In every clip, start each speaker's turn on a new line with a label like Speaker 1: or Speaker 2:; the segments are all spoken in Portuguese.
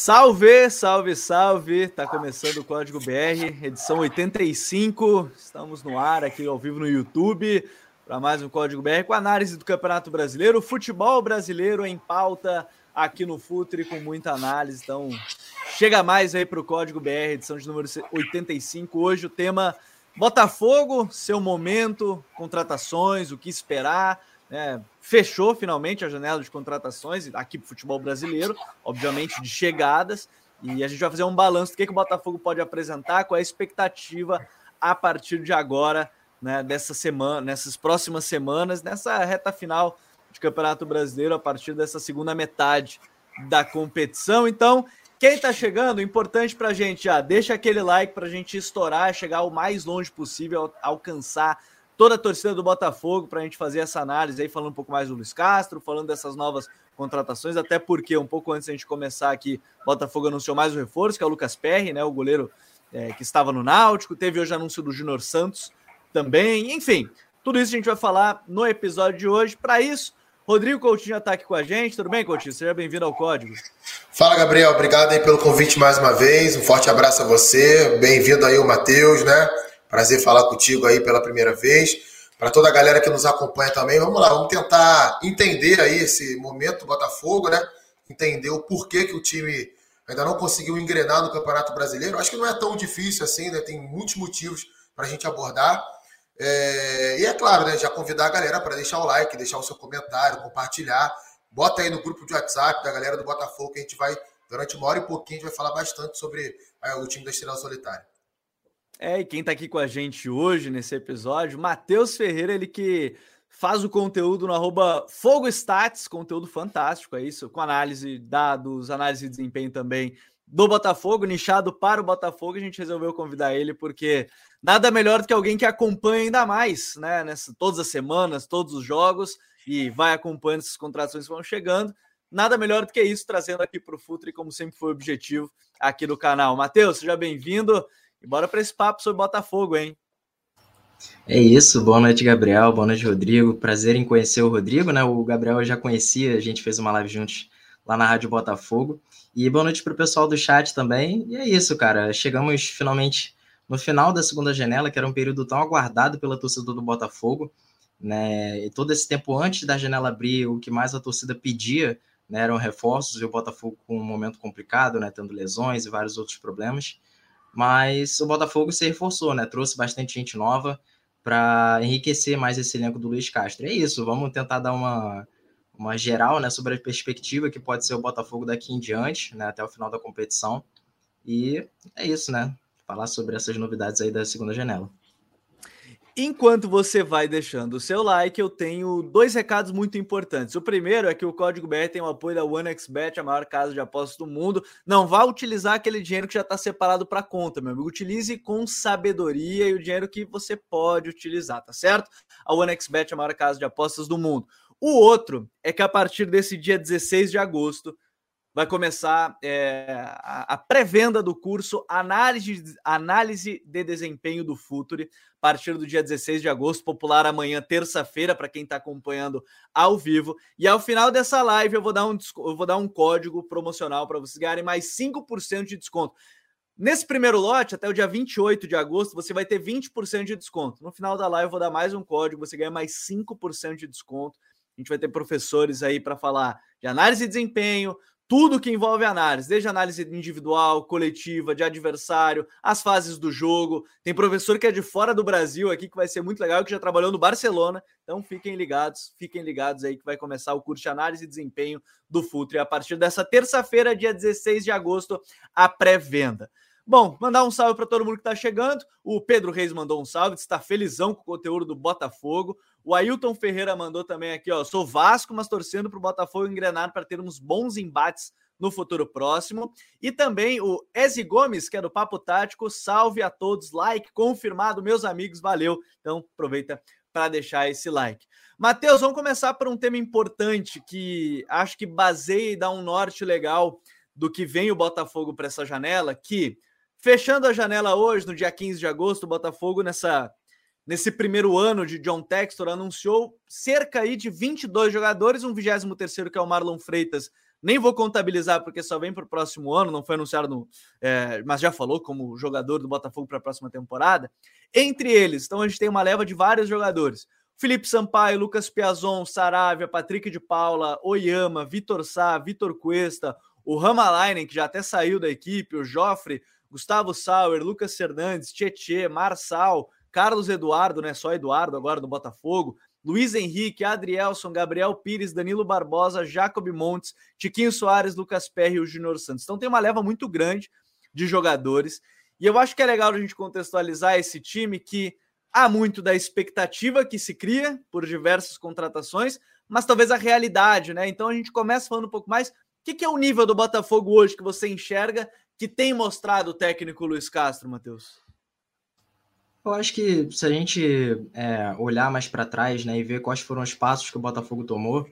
Speaker 1: Salve, salve, salve! Tá começando o Código BR, edição 85. Estamos no ar aqui ao vivo no YouTube para mais um Código BR com análise do Campeonato Brasileiro, futebol brasileiro em pauta aqui no Futre com muita análise. Então, chega mais aí para o Código BR, edição de número 85. Hoje o tema Botafogo, seu momento, contratações, o que esperar. Fechou finalmente a janela de contratações aqui para o futebol brasileiro, obviamente de chegadas, e a gente vai fazer um balanço do que o Botafogo pode apresentar, qual é a expectativa a partir de agora, né, dessa semana, nessas próximas semanas, nessa reta final de Campeonato Brasileiro, a partir dessa segunda metade da competição. Então, quem está chegando, importante para a gente, deixa aquele like para a gente estourar, chegar o mais longe possível, alcançar toda a torcida do Botafogo para a gente fazer essa análise aí, falando um pouco mais do Luiz Castro, falando dessas novas contratações, até porque um pouco antes da gente começar aqui, o Botafogo anunciou mais um reforço, que é o Lucas Perry, né, o goleiro que estava no Náutico, teve hoje anúncio do Júnior Santos também, enfim, tudo isso a gente vai falar no episódio de hoje. Para isso, Rodrigo Coutinho está aqui com a gente. Tudo bem, Coutinho? Seja bem-vindo ao Código.
Speaker 2: Fala, Gabriel, obrigado aí pelo convite mais uma vez, um forte abraço a você, bem-vindo aí o Matheus, né? Prazer falar contigo aí pela primeira vez. Para toda a galera que nos acompanha também, vamos lá, vamos tentar entender aí esse momento do Botafogo, né? Entender o porquê que o time ainda não conseguiu engrenar no Campeonato Brasileiro. Acho que não é tão difícil assim, né? Tem muitos motivos para a gente abordar. E é claro, né? Já convidar a galera para deixar o like, deixar o seu comentário, compartilhar. Bota aí no grupo de WhatsApp da galera do Botafogo, que a gente vai, durante uma hora e pouquinho, a gente vai falar bastante sobre o time da Estrela Solitária.
Speaker 1: E quem tá aqui com a gente hoje nesse episódio, Matheus Ferreira, ele que faz o conteúdo no @FogoStats, conteúdo fantástico, é isso, com análise de dados, análise de desempenho também do Botafogo, nichado para o Botafogo. A gente resolveu convidar ele porque nada melhor do que alguém que acompanha ainda mais, né, todas as semanas, todos os jogos, e vai acompanhando essas contratações que vão chegando. Nada melhor do que isso, trazendo aqui para o Futre, como sempre foi o objetivo aqui do canal. Matheus, seja bem-vindo. E bora para esse papo sobre Botafogo, hein?
Speaker 3: É isso, boa noite, Gabriel, boa noite, Rodrigo. Prazer em conhecer o Rodrigo, né? O Gabriel eu já conhecia, a gente fez uma live juntos lá na Rádio Botafogo. E boa noite para o pessoal do chat também. E é isso, cara, chegamos finalmente no final da segunda janela, que era um período tão aguardado pela torcida do Botafogo, né? E todo esse tempo antes da janela abrir, o que mais a torcida pedia, né, eram reforços, e o Botafogo com um momento complicado, né, tendo lesões e vários outros problemas. Mas o Botafogo se reforçou, né? Trouxe bastante gente nova para enriquecer mais esse elenco do Luiz Castro. É isso, vamos tentar dar uma geral, né, sobre a perspectiva que pode ser o Botafogo daqui em diante, né, até o final da competição. E é isso, né? Falar sobre essas novidades aí da segunda janela.
Speaker 1: Enquanto você vai deixando o seu like, eu tenho dois recados muito importantes. O primeiro é que o Código BR tem o apoio da OneXBet, a maior casa de apostas do mundo. Não vá utilizar aquele dinheiro que já está separado para a conta, meu amigo. Utilize com sabedoria e o dinheiro que você pode utilizar, tá certo? A OneXBet é a maior casa de apostas do mundo. O outro é que a partir desse dia 16 de agosto, vai começar a pré-venda do curso Análise de Desempenho do Futre, a partir do dia 16 de agosto, popular amanhã, terça-feira, para quem está acompanhando ao vivo. E ao final dessa live eu vou dar um código promocional para vocês ganharem mais 5% de desconto. Nesse primeiro lote, até o dia 28 de agosto, você vai ter 20% de desconto. No final da live eu vou dar mais um código, você ganha mais 5% de desconto. A gente vai ter professores aí para falar de análise de desempenho, tudo que envolve análise, desde análise individual, coletiva, de adversário, as fases do jogo. Tem professor que é de fora do Brasil aqui, que vai ser muito legal, que já trabalhou no Barcelona. Então fiquem ligados aí que vai começar o curso de análise e desempenho do Futre a partir dessa terça-feira, dia 16 de agosto, a pré-venda. Bom, mandar um salve para todo mundo que está chegando. O Pedro Reis mandou um salve, está felizão com o conteúdo do Botafogo. O Ailton Ferreira mandou também aqui, sou Vasco, mas torcendo para o Botafogo engrenar para termos bons embates no futuro próximo. E também o Ezi Gomes, que é do Papo Tático, salve a todos, like confirmado, meus amigos, valeu. Então aproveita para deixar esse like. Matheus, vamos começar por um tema importante que acho que baseia e dá um norte legal do que vem o Botafogo para essa janela, que fechando a janela hoje, no dia 15 de agosto, o Botafogo, nesse primeiro ano de John Textor, anunciou cerca aí de 22 jogadores, um 23º que é o Marlon Freitas, nem vou contabilizar porque só vem para o próximo ano, não foi anunciado, mas já falou como jogador do Botafogo para a próxima temporada. Entre eles, então a gente tem uma leva de vários jogadores. Felipe Sampaio, Lucas Piazon, Saravia, Patrick de Paula, Oyama, Vitor Sá, Vitor Cuesta, o Ramalainen, que já até saiu da equipe, o Joffre, Gustavo Sauer, Lucas Fernandes, Tietê, Marçal, Carlos Eduardo, né? Só Eduardo agora do Botafogo, Luiz Henrique, Adrielson, Gabriel Pires, Danilo Barbosa, Jacob Montes, Tiquinho Soares, Lucas Perry e o Júnior Santos. Então tem uma leva muito grande de jogadores. E eu acho que é legal a gente contextualizar esse time que há muito da expectativa que se cria por diversas contratações, mas talvez a realidade, né? Então a gente começa falando um pouco mais. O que é o nível do Botafogo hoje que você enxerga que tem mostrado o técnico Luiz Castro, Matheus?
Speaker 3: Eu acho que se a gente olhar mais para trás, né, e ver quais foram os passos que o Botafogo tomou,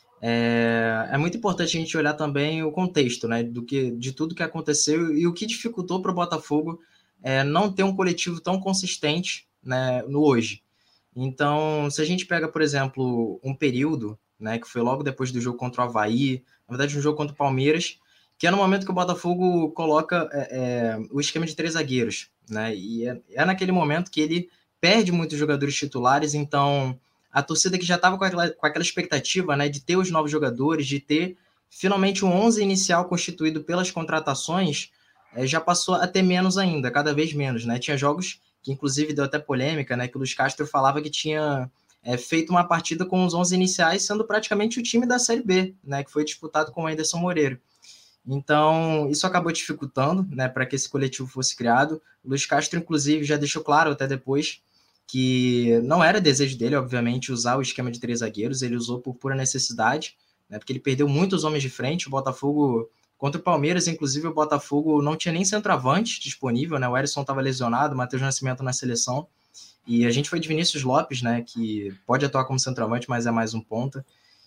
Speaker 3: é muito importante a gente olhar também o contexto, né, de tudo que aconteceu e o que dificultou para o Botafogo não ter um coletivo tão consistente, né, no hoje. Então, se a gente pega, por exemplo, um período, né, que foi logo depois do jogo contra o Avaí, na verdade um jogo contra o Palmeiras, que é no momento que o Botafogo coloca o esquema de 3 zagueiros, né? E é naquele momento que ele perde muitos jogadores titulares, então a torcida que já estava com aquela expectativa, né, de ter os novos jogadores, de ter finalmente um 11 inicial constituído pelas contratações, já passou a ter menos ainda, cada vez menos, né? Tinha jogos que inclusive deu até polêmica, né, que o Luiz Castro falava que tinha feito uma partida com os 11 iniciais, sendo praticamente o time da Série B, né, que foi disputado com o Anderson Moreira. Então, isso acabou dificultando, né, para que esse coletivo fosse criado. O Luiz Castro, inclusive, já deixou claro até depois que não era desejo dele, obviamente, usar o esquema de 3 zagueiros, ele usou por pura necessidade, né, porque ele perdeu muitos homens de frente. O Botafogo, contra o Palmeiras, inclusive, o Botafogo não tinha nem centroavante disponível, né, o Erisson estava lesionado, o Matheus Nascimento na seleção, e a gente foi de Vinícius Lopes, né, que pode atuar como centroavante, mas é mais um ponta.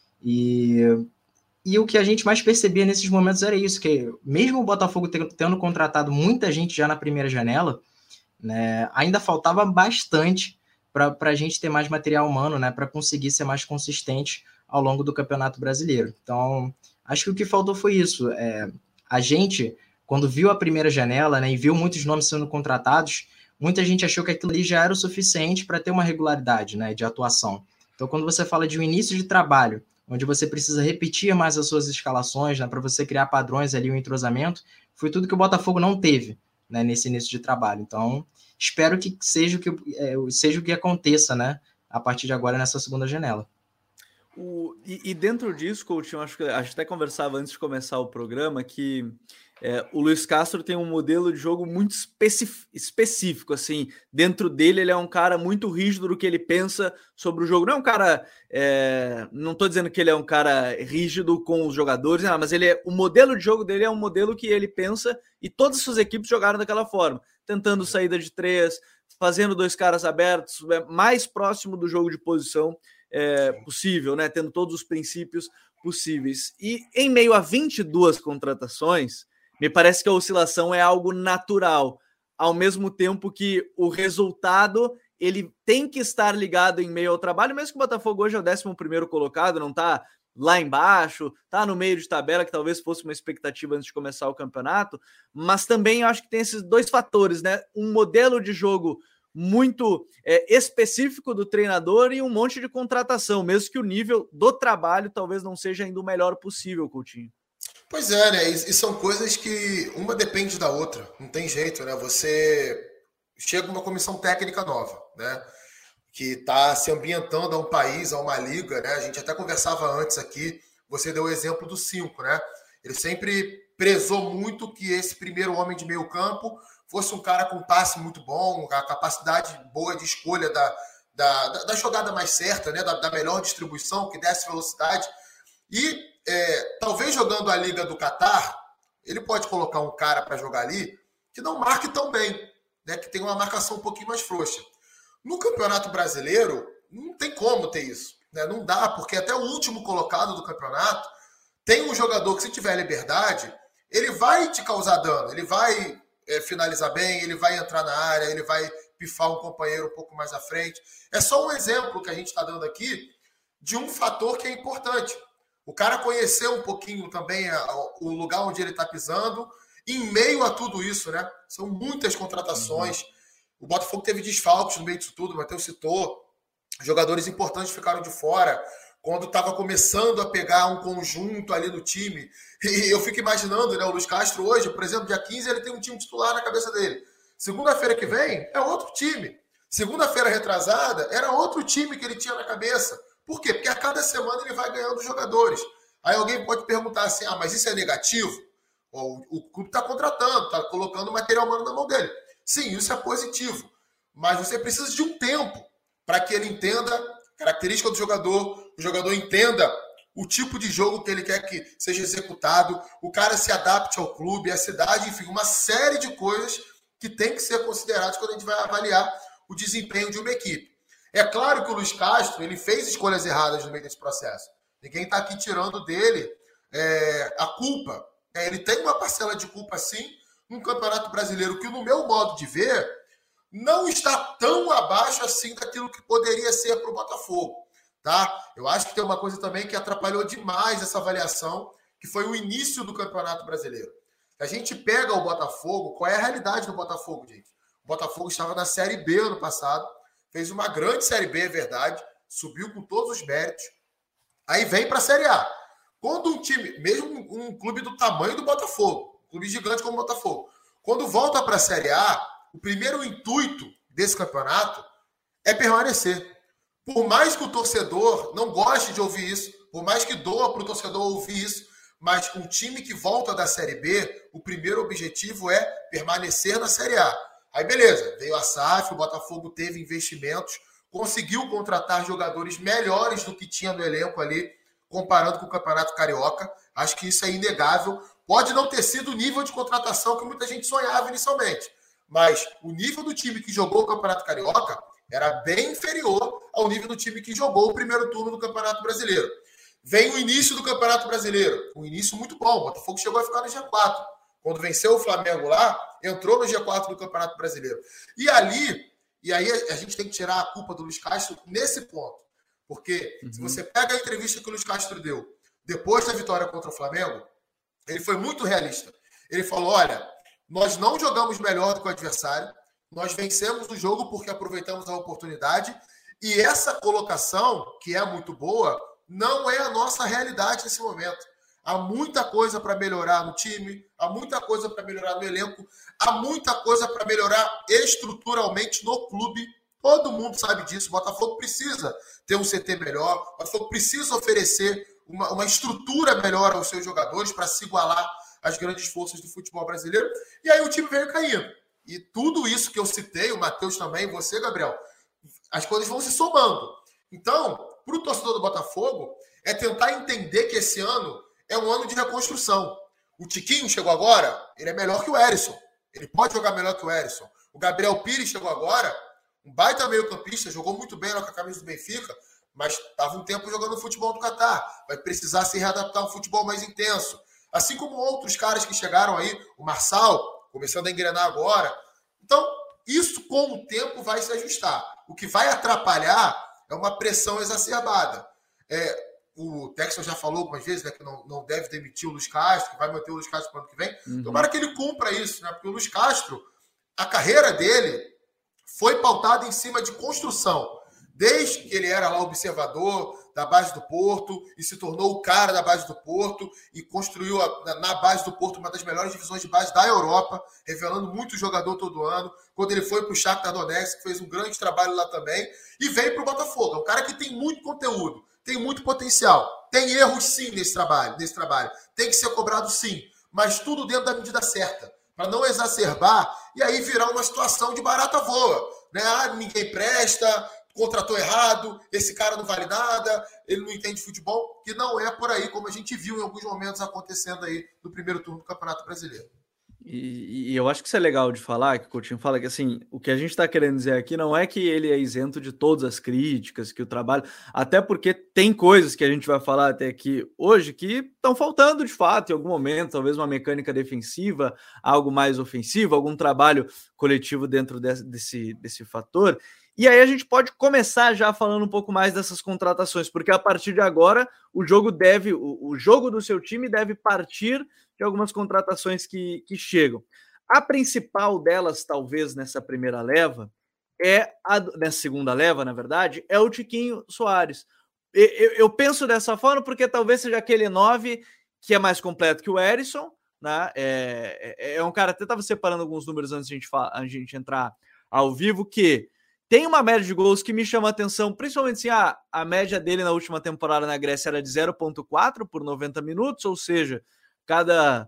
Speaker 3: E o que a gente mais percebia nesses momentos era isso, que mesmo o Botafogo tendo contratado muita gente já na primeira janela, né, ainda faltava bastante para a gente ter mais material humano, né, para conseguir ser mais consistente ao longo do Campeonato Brasileiro. Então, acho que o que faltou foi isso. A gente, quando viu a primeira janela, né, e viu muitos nomes sendo contratados, muita gente achou que aquilo ali já era o suficiente para ter uma regularidade, né, de atuação. Então, quando você fala de um início de trabalho, onde você precisa repetir mais as suas escalações, né, para você criar padrões ali, um entrosamento, foi tudo que o Botafogo não teve, né, nesse início de trabalho. Então, espero que seja o que aconteça, né, a partir de agora nessa segunda janela.
Speaker 1: E dentro disso, Coutinho, acho que a gente até conversava antes de começar o programa que o Luiz Castro tem um modelo de jogo muito específico, assim, dentro dele ele é um cara muito rígido do que ele pensa sobre o jogo, não é um cara, não estou dizendo que ele é um cara rígido com os jogadores, não, mas o modelo de jogo dele é um modelo que ele pensa e todas as suas equipes jogaram daquela forma, tentando saída de 3, fazendo 2 caras abertos, mais próximo do jogo de posição possível, né, tendo todos os princípios possíveis. E em meio a 22 contratações, me parece que a oscilação é algo natural, ao mesmo tempo que o resultado ele tem que estar ligado em meio ao trabalho, mesmo que o Botafogo hoje é o 11º colocado, não está lá embaixo, está no meio de tabela, que talvez fosse uma expectativa antes de começar o campeonato, mas também eu acho que tem esses 2 fatores, né? Um modelo de jogo muito específico do treinador e um monte de contratação, mesmo que o nível do trabalho talvez não seja ainda o melhor possível, Coutinho.
Speaker 2: Pois é, né? E são coisas que uma depende da outra, não tem jeito, né? Você chega uma comissão técnica nova, né? Que está se ambientando a um país, a uma liga, né? A gente até conversava antes aqui, você deu o exemplo do 5, né? Ele sempre prezou muito que esse primeiro homem de meio campo fosse um cara com passe muito bom, a capacidade boa de escolha da jogada mais certa, né? Da melhor distribuição, que desse velocidade. E talvez jogando a Liga do Catar, ele pode colocar um cara para jogar ali que não marque tão bem, né? Que tem uma marcação um pouquinho mais frouxa. No Campeonato Brasileiro, não tem como ter isso, né? Não dá, porque até o último colocado do campeonato tem um jogador que, se tiver liberdade, ele vai te causar dano, ele vai finalizar bem, ele vai entrar na área, ele vai pifar um companheiro um pouco mais à frente. É só um exemplo que a gente está dando aqui de um fator que é importante. O cara conhecer um pouquinho também o lugar onde ele está pisando, em meio a tudo isso, né? São muitas contratações. O Botafogo teve desfalques no meio disso tudo, o Matheus citou. Jogadores importantes ficaram de fora quando estava começando a pegar um conjunto ali no time. E eu fico imaginando, né? O Luiz Castro hoje, por exemplo, dia 15, ele tem um time titular na cabeça dele. Segunda-feira que vem, é outro time. Segunda-feira retrasada, era outro time que ele tinha na cabeça. Por quê? Porque a cada semana ele vai ganhando jogadores. Aí alguém pode perguntar assim, mas isso é negativo? O clube está contratando, está colocando material humano na mão dele. Sim, isso é positivo. Mas você precisa de um tempo para que ele entenda a característica do jogador, o jogador entenda o tipo de jogo que ele quer que seja executado, o cara se adapte ao clube, à cidade, enfim, uma série de coisas que tem que ser consideradas quando a gente vai avaliar o desempenho de uma equipe. É claro que o Luiz Castro ele fez escolhas erradas no meio desse processo. Ninguém está aqui tirando dele a culpa. Ele tem uma parcela de culpa, sim, num Campeonato Brasileiro que, no meu modo de ver, não está tão abaixo assim daquilo que poderia ser para o Botafogo. Tá? Eu acho que tem uma coisa também que atrapalhou demais essa avaliação, que foi o início do Campeonato Brasileiro. A gente pega o Botafogo, qual é a realidade do Botafogo, gente? O Botafogo estava na Série B ano passado, fez uma grande Série B, é verdade, subiu com todos os méritos, aí vem para a Série A. Quando um time, mesmo um clube do tamanho do Botafogo, um clube gigante como o Botafogo, quando volta para a Série A, o primeiro intuito desse campeonato é permanecer. Por mais que o torcedor não goste de ouvir isso, por mais que doa para o torcedor ouvir isso, mas um time que volta da Série B, o primeiro objetivo é permanecer na Série A. Aí beleza, veio a SAF, o Botafogo teve investimentos, conseguiu contratar jogadores melhores do que tinha no elenco ali, comparando com o Campeonato Carioca. Acho que isso é inegável. Pode não ter sido o nível de contratação que muita gente sonhava inicialmente, mas o nível do time que jogou o Campeonato Carioca era bem inferior ao nível do time que jogou o primeiro turno do Campeonato Brasileiro. Vem o início do Campeonato Brasileiro, um início muito bom. O Botafogo chegou a ficar no G4. Quando venceu o Flamengo lá, entrou no G4 do Campeonato Brasileiro. E aí a gente tem que tirar a culpa do Luiz Castro nesse ponto. Porque se você pega a entrevista que o Luiz Castro deu depois da vitória contra o Flamengo, ele foi muito realista. Ele falou, olha, nós não jogamos melhor do que o adversário, nós vencemos o jogo porque aproveitamos a oportunidade, e essa colocação, que é muito boa, não é a nossa realidade nesse momento. Há muita coisa para melhorar no time, há muita coisa para melhorar no elenco, há muita coisa para melhorar estruturalmente no clube. Todo mundo sabe disso. O Botafogo precisa ter um CT melhor, o Botafogo precisa oferecer uma estrutura melhor aos seus jogadores para se igualar às grandes forças do futebol brasileiro. E aí o time veio caindo. E tudo isso que eu citei, o Matheus também, você, Gabriel, as coisas vão se somando. Então, para o torcedor do Botafogo, é tentar entender que esse ano é um ano de reconstrução. O Tiquinho chegou agora, ele é melhor que o Erisson. Ele pode jogar melhor que o Erisson. O Gabriel Pires chegou agora, um baita meio-campista, jogou muito bem lá com a camisa do Benfica, mas estava um tempo jogando no futebol do Catar. Vai precisar se readaptar a um futebol mais intenso. Assim como outros caras que chegaram aí, o Marçal, começando a engrenar agora. Então, isso com o tempo vai se ajustar. O que vai atrapalhar é uma pressão exacerbada. O Texas já falou algumas vezes, né, que não deve demitir o Luiz Castro, que vai manter o Luiz Castro para o ano que vem. Tomara que ele cumpra isso, né? Porque o Luiz Castro, a carreira dele foi pautada em cima de construção. Desde que ele era lá observador da base do Porto e se tornou o cara da base do Porto e construiu na base do Porto uma das melhores divisões de base da Europa, revelando muito jogador todo ano. Quando ele foi para o Shakhtar Donetsk, fez um grande trabalho lá também e veio para o Botafogo. É um cara que tem muito conteúdo, tem muito potencial. Tem erros sim nesse trabalho. Tem que ser cobrado sim, mas tudo dentro da medida certa, para não exacerbar e aí virar uma situação de barata voa. Né? Ninguém presta, contratou errado, esse cara não vale nada, ele não entende futebol, que não é por aí, como a gente viu em alguns momentos acontecendo aí no primeiro turno do Campeonato Brasileiro.
Speaker 1: E eu acho que isso é legal de falar, que o Coutinho fala que assim, o que a gente está querendo dizer aqui não é que ele é isento de todas as críticas, que o trabalho, até porque tem coisas que a gente vai falar até aqui hoje que estão faltando de fato em algum momento, talvez uma mecânica defensiva, algo mais ofensivo, algum trabalho coletivo dentro desse fator. E aí a gente pode começar já falando um pouco mais dessas contratações, porque a partir de agora o jogo do seu time deve partir de algumas contratações que chegam. A principal delas, talvez, nessa primeira leva, nessa segunda leva, na verdade, é o Tiquinho Soares. Eu penso dessa forma porque talvez seja aquele 9 que é mais completo que o Erisson, né? É um cara, até estava separando alguns números antes de a gente entrar ao vivo, que tem uma média de gols que me chama a atenção, principalmente assim, a média dele na última temporada na Grécia era de 0,4 por 90 minutos, ou seja, cada,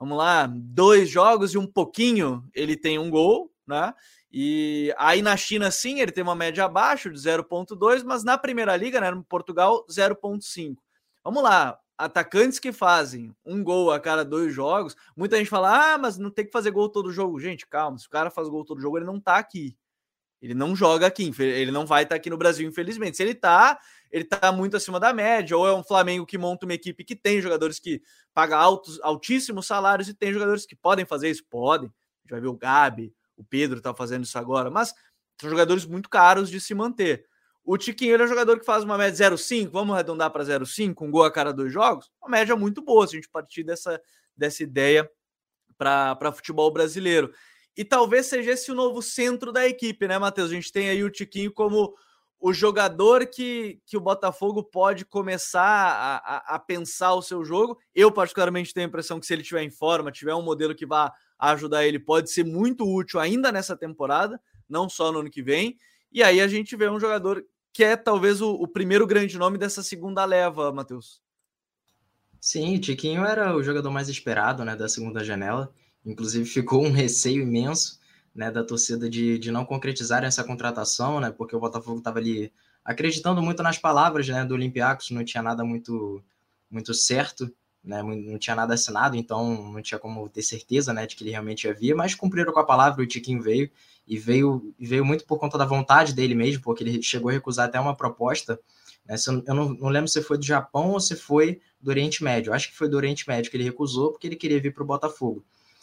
Speaker 1: 2 jogos e um pouquinho ele tem um gol, né? E aí na China, sim, ele tem uma média abaixo de 0,2, mas na Primeira Liga, né, no Portugal, 0,5. Vamos lá, atacantes que fazem um gol a cada 2 jogos, muita gente fala, mas não tem que fazer gol todo jogo. Gente, calma, se o cara faz gol todo jogo, ele não tá aqui. Ele não joga aqui, ele não vai estar aqui no Brasil, infelizmente. Se ele tá muito acima da média, ou é um Flamengo que monta uma equipe que tem jogadores que pagam altíssimos salários e tem jogadores que podem fazer isso, podem. A gente vai ver o Gabi, o Pedro tá fazendo isso agora, mas são jogadores muito caros de se manter. O Tiquinho, ele é um jogador que faz uma média 0,5, vamos arredondar para 0,5, um gol a cada 2 jogos, uma média muito boa, se a gente partir dessa ideia para futebol brasileiro. E talvez seja esse o novo centro da equipe, né, Matheus? A gente tem aí o Tiquinho como o jogador que o Botafogo pode começar a pensar o seu jogo. Eu, particularmente, tenho a impressão que se ele estiver em forma, tiver um modelo que vá ajudar ele, pode ser muito útil ainda nessa temporada, não só no ano que vem. E aí a gente vê um jogador que é talvez o primeiro grande nome dessa segunda leva, Matheus.
Speaker 3: Sim, o Tiquinho era o jogador mais esperado, né, da segunda janela. Inclusive ficou um receio imenso, né, da torcida de não concretizar essa contratação, né, porque o Botafogo estava ali acreditando muito nas palavras, né, do Olympiacos, não tinha nada muito certo, né, não tinha nada assinado, então não tinha como ter certeza, né, de que ele realmente ia vir, mas cumpriram com a palavra, o Tiquinho veio, e veio muito por conta da vontade dele mesmo, porque ele chegou a recusar até uma proposta, né, eu não lembro se foi do Japão ou se foi do Oriente Médio, acho que foi do Oriente Médio que ele recusou, porque ele queria vir para o Botafogo.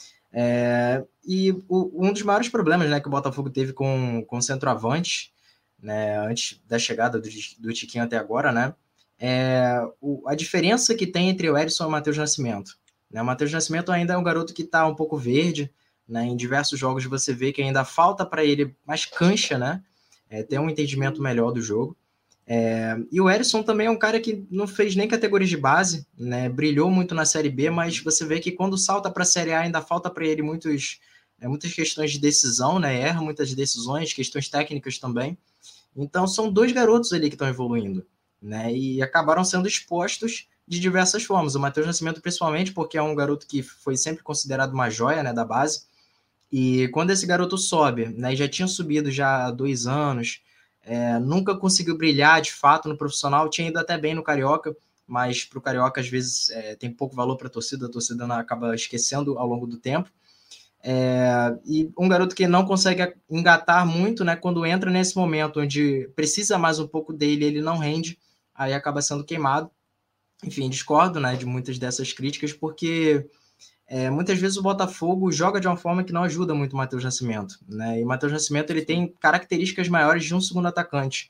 Speaker 3: E um dos maiores problemas, né, que o Botafogo teve com o centroavante, né, antes da chegada do Tiquinho até agora, né, a diferença que tem entre o Erisson e o Matheus Nascimento. Né, o Matheus Nascimento ainda é um garoto que está um pouco verde, né, em diversos jogos você vê que ainda falta para ele mais cancha, né, ter um entendimento melhor do jogo. E o Erisson também é um cara que não fez nem categorias de base, né? Brilhou muito na Série B, mas você vê que quando salta para a Série A ainda falta para ele muitas questões de decisão, né? Erra muitas decisões, questões técnicas também. Então são 2 garotos ali que estão evoluindo, né? E acabaram sendo expostos de diversas formas. O Matheus Nascimento principalmente porque é um garoto que foi sempre considerado uma joia, né, da base. E quando esse garoto sobe, né, e já tinha subido já há 2 anos, nunca conseguiu brilhar de fato no profissional, tinha ido até bem no Carioca, mas para o Carioca às vezes tem pouco valor para a torcida acaba esquecendo ao longo do tempo. E um garoto que não consegue engatar muito, né, quando entra nesse momento onde precisa mais um pouco dele, ele não rende, aí acaba sendo queimado. Enfim, discordo, né, de muitas dessas críticas, porque muitas vezes o Botafogo joga de uma forma que não ajuda muito o Matheus Nascimento, né? E o Matheus Nascimento ele tem características maiores de um segundo atacante.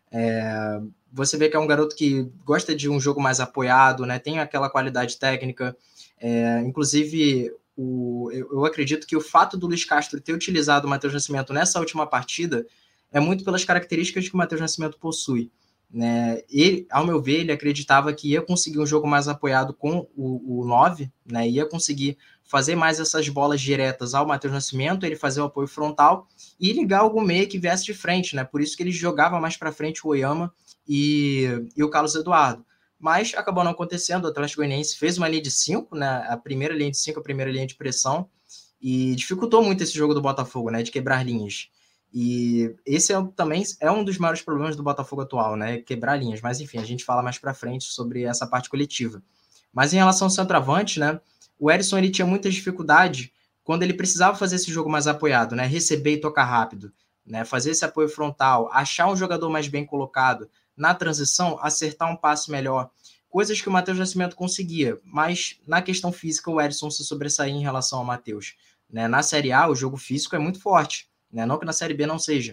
Speaker 3: Você vê que é um garoto que gosta de um jogo mais apoiado, né? Tem aquela qualidade técnica. Inclusive, eu acredito que o fato do Luiz Castro ter utilizado o Matheus Nascimento nessa última partida é muito pelas características que o Matheus Nascimento possui. Né? Ele, ao meu ver, ele acreditava que ia conseguir um jogo mais apoiado com o 9, né? Ia conseguir fazer mais essas bolas diretas ao Matheus Nascimento, ele fazer o apoio frontal e ligar algum meia que viesse de frente, né? Por isso que ele jogava mais para frente o Oyama e o Carlos Eduardo. Mas acabou não acontecendo, o Atlético Goianiense fez uma linha de 5, né? A primeira linha de 5, a primeira linha de pressão, e dificultou muito esse jogo do Botafogo, né? De quebrar linhas. E esse também é um dos maiores problemas do Botafogo atual, né? Quebrar linhas. Mas enfim, a gente fala mais para frente sobre essa parte coletiva. Mas em relação ao centroavante, né? O Erisson ele tinha muita dificuldade quando ele precisava fazer esse jogo mais apoiado, né? Receber e tocar rápido, né? Fazer esse apoio frontal, achar um jogador mais bem colocado na transição, acertar um passe melhor. Coisas que o Matheus Nascimento conseguia. Mas na questão física, o Erisson se sobressaía em relação ao Matheus. Né? Na Série A, o jogo físico é muito forte. Né? Não que na Série B não seja,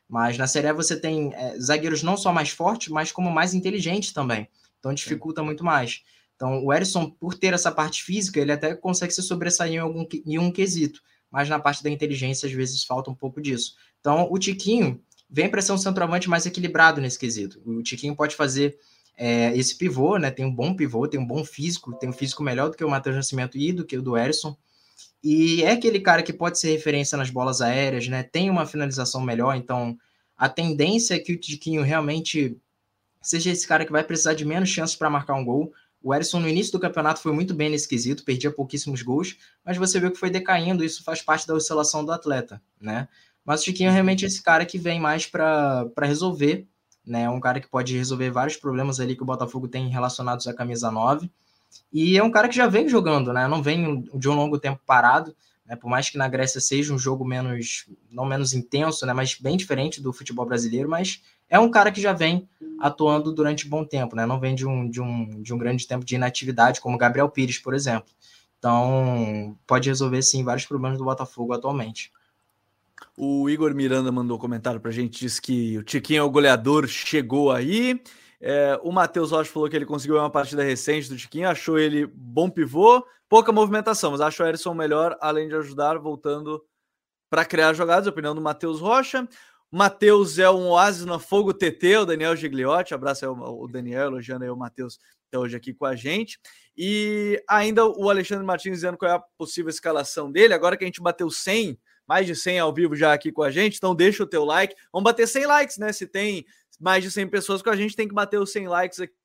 Speaker 3: Mas na Série A você tem zagueiros não só mais fortes, mas como mais inteligentes também. Então dificulta muito mais. Então o Erisson, por ter essa parte física, ele até consegue se sobressair em um quesito. Mas na parte da inteligência, às vezes, falta um pouco disso. Então o Tiquinho vem para ser um centroavante mais equilibrado nesse quesito. O Tiquinho pode fazer esse pivô, né? Tem um bom pivô, tem um bom físico, tem um físico melhor do que o Matheus Nascimento e do que o do Erisson. E é aquele cara que pode ser referência nas bolas aéreas, né? Tem uma finalização melhor, então a tendência é que o Tiquinho realmente seja esse cara que vai precisar de menos chances para marcar um gol. O Erisson no início do campeonato foi muito bem nesse quesito, perdia pouquíssimos gols, mas você viu que foi decaindo, isso faz parte da oscilação do atleta, né? Mas o Tiquinho é realmente esse cara que vem mais para resolver, né? Um cara que pode resolver vários problemas ali que o Botafogo tem relacionados à camisa 9. E é um cara que já vem jogando, né? Não vem de um longo tempo parado, né? Por mais que na Grécia seja um jogo não menos intenso, né? Mas bem diferente do futebol brasileiro, mas é um cara que já vem atuando durante um bom tempo, né? Não vem de um grande tempo de inatividade, como o Gabriel Pires, por exemplo. Então, pode resolver, sim, vários problemas do Botafogo atualmente.
Speaker 1: O Igor Miranda mandou um comentário pra gente, disse que o Tiquinho é o goleador, chegou aí. O Matheus Rocha falou que ele conseguiu uma partida recente do Tiquinho, achou ele bom pivô, pouca movimentação, mas achou o Erisson melhor, além de ajudar, voltando para criar jogadas. Opinião do Matheus Rocha. O Matheus é um oásis no fogo TT, o Daniel Gigliotti, abraço aí o Daniel, elogiando aí o Matheus até hoje aqui com a gente. E ainda o Alexandre Martins dizendo qual é a possível escalação dele, agora que a gente bateu 100, mais de 100 ao vivo já aqui com a gente, então deixa o teu like, vamos bater 100 likes, né? Se tem mais de 100 pessoas com a gente, tem que bater os 100 likes aqui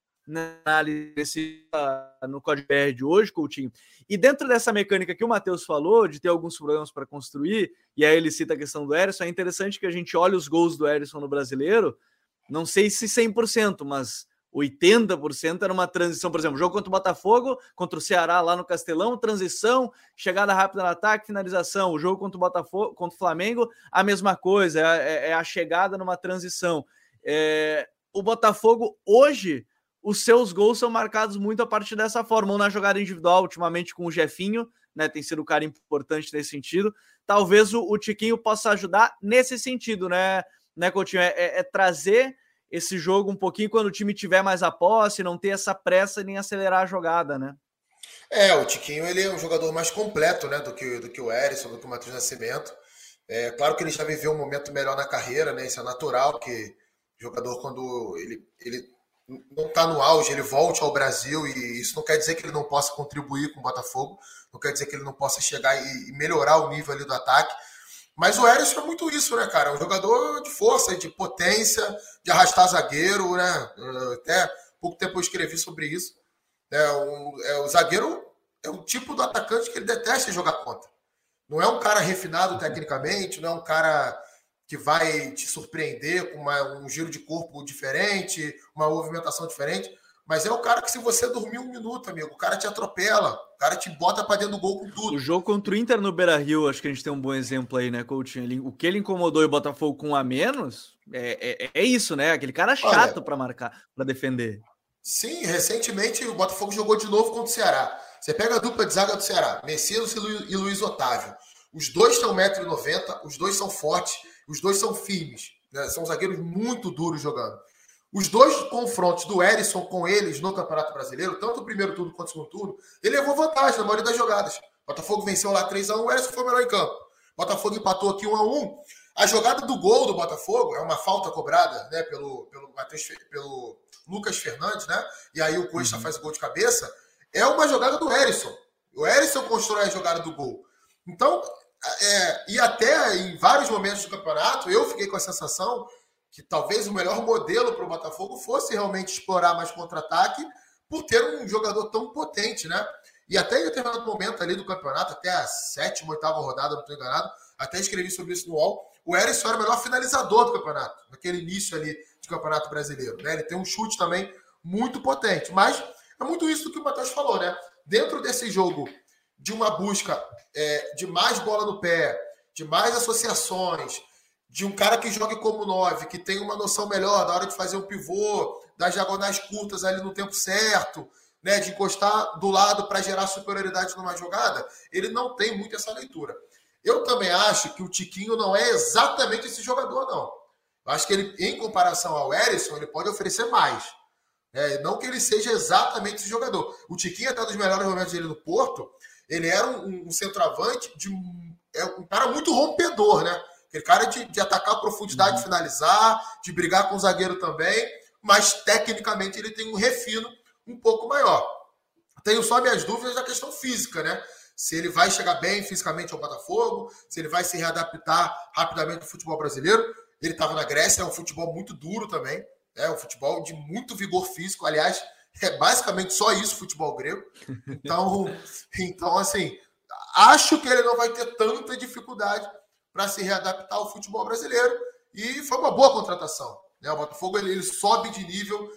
Speaker 1: no Código BR de hoje, Coutinho. E dentro dessa mecânica que o Matheus falou, de ter alguns problemas para construir, e aí ele cita a questão do Erisson, é interessante que a gente olhe os gols do Erisson no Brasileiro, não sei se 100%, mas 80% era uma transição, por exemplo, jogo contra o Botafogo, contra o Ceará lá no Castelão, transição, chegada rápida no ataque, finalização. O jogo contra o Botafogo, contra o Flamengo, a mesma coisa, é a chegada numa transição. O Botafogo hoje, os seus gols são marcados muito a partir dessa forma, ou na jogada individual, ultimamente com o Jefinho, né, tem sido um cara importante nesse sentido. Talvez o Tiquinho possa ajudar nesse sentido, né Coutinho? Trazer esse jogo um pouquinho quando o time tiver mais a posse, não ter essa pressa nem acelerar a jogada, né?
Speaker 2: O Tiquinho ele é um jogador mais completo, né, do que o Erisson, do que o Matheus Nascimento. Claro que ele já viveu um momento melhor na carreira, né? Isso é natural, que o jogador, quando ele não está no auge, ele volte ao Brasil, e isso não quer dizer que ele não possa contribuir com o Botafogo, não quer dizer que ele não possa chegar e melhorar o nível ali do ataque. Mas o Erisson é muito isso, né, cara? É um jogador de força, de potência, de arrastar zagueiro, né? Até pouco tempo eu escrevi sobre isso. O zagueiro é um tipo do atacante que ele detesta jogar contra. Não é um cara refinado tecnicamente, não é um cara que vai te surpreender com um giro de corpo diferente, uma movimentação diferente, mas é o cara que, se você dormir um minuto, amigo, o cara te atropela, o cara te bota pra dentro do gol com tudo.
Speaker 1: O jogo contra o Inter no Beira-Rio, acho que a gente tem um bom exemplo aí, né, Coutinho? O que ele incomodou o Botafogo com um a menos é isso, né? Aquele cara chato para marcar, para defender.
Speaker 2: Sim, recentemente o Botafogo jogou de novo contra o Ceará. Você pega a dupla de zaga do Ceará, Messias e Luiz Otávio. Os dois têm 1,90m, os dois são fortes, os dois são firmes, né? São zagueiros muito duros jogando. Os dois confrontos do Erisson com eles no Campeonato Brasileiro, tanto o primeiro turno quanto o segundo turno, ele levou vantagem na maioria das jogadas. O Botafogo venceu lá 3-1, o Erisson foi o melhor em campo. O Botafogo empatou aqui 1-1. A jogada do gol do Botafogo é uma falta cobrada, né, pelo Lucas Fernandes, né? E aí o Costa faz o gol de cabeça. É uma jogada do Erisson. O Erisson constrói a jogada do gol. Então, e até em vários momentos do campeonato, eu fiquei com a sensação que talvez o melhor modelo para o Botafogo fosse realmente explorar mais contra-ataque, por ter um jogador tão potente, né? E até em determinado momento ali do campeonato, até a 7ª, 8ª rodada, não estou enganado, até escrevi sobre isso no UOL, o Erisson era o melhor finalizador do campeonato, naquele início ali de campeonato brasileiro, né? Ele tem um chute também muito potente, mas é muito isso que o Matheus falou, né? Dentro desse jogo de uma busca de mais bola no pé, de mais associações, de um cara que jogue como 9, que tem uma noção melhor da hora de fazer um pivô, das diagonais curtas ali no tempo certo, né, de encostar do lado para gerar superioridade numa jogada, ele não tem muito essa leitura. Eu também acho que o Tiquinho não é exatamente esse jogador, não. Eu acho que ele, em comparação ao Erisson, ele pode oferecer mais. Não que ele seja exatamente esse jogador. O Tiquinho, até dos melhores momentos dele no Porto, ele era um centroavante, um cara muito rompedor, né? Aquele cara de atacar a profundidade, de finalizar, de brigar com o zagueiro também, mas tecnicamente ele tem um refino um pouco maior. Tenho só minhas dúvidas da questão física, né? Se ele vai chegar bem fisicamente ao Botafogo, se ele vai se readaptar rapidamente ao futebol brasileiro. Ele estava na Grécia, é um futebol muito duro também, um futebol de muito vigor físico. Aliás, é basicamente só isso, futebol grego. Então, assim, acho que ele não vai ter tanta dificuldade para se readaptar ao futebol brasileiro. E foi uma boa contratação, né? O Botafogo ele sobe de nível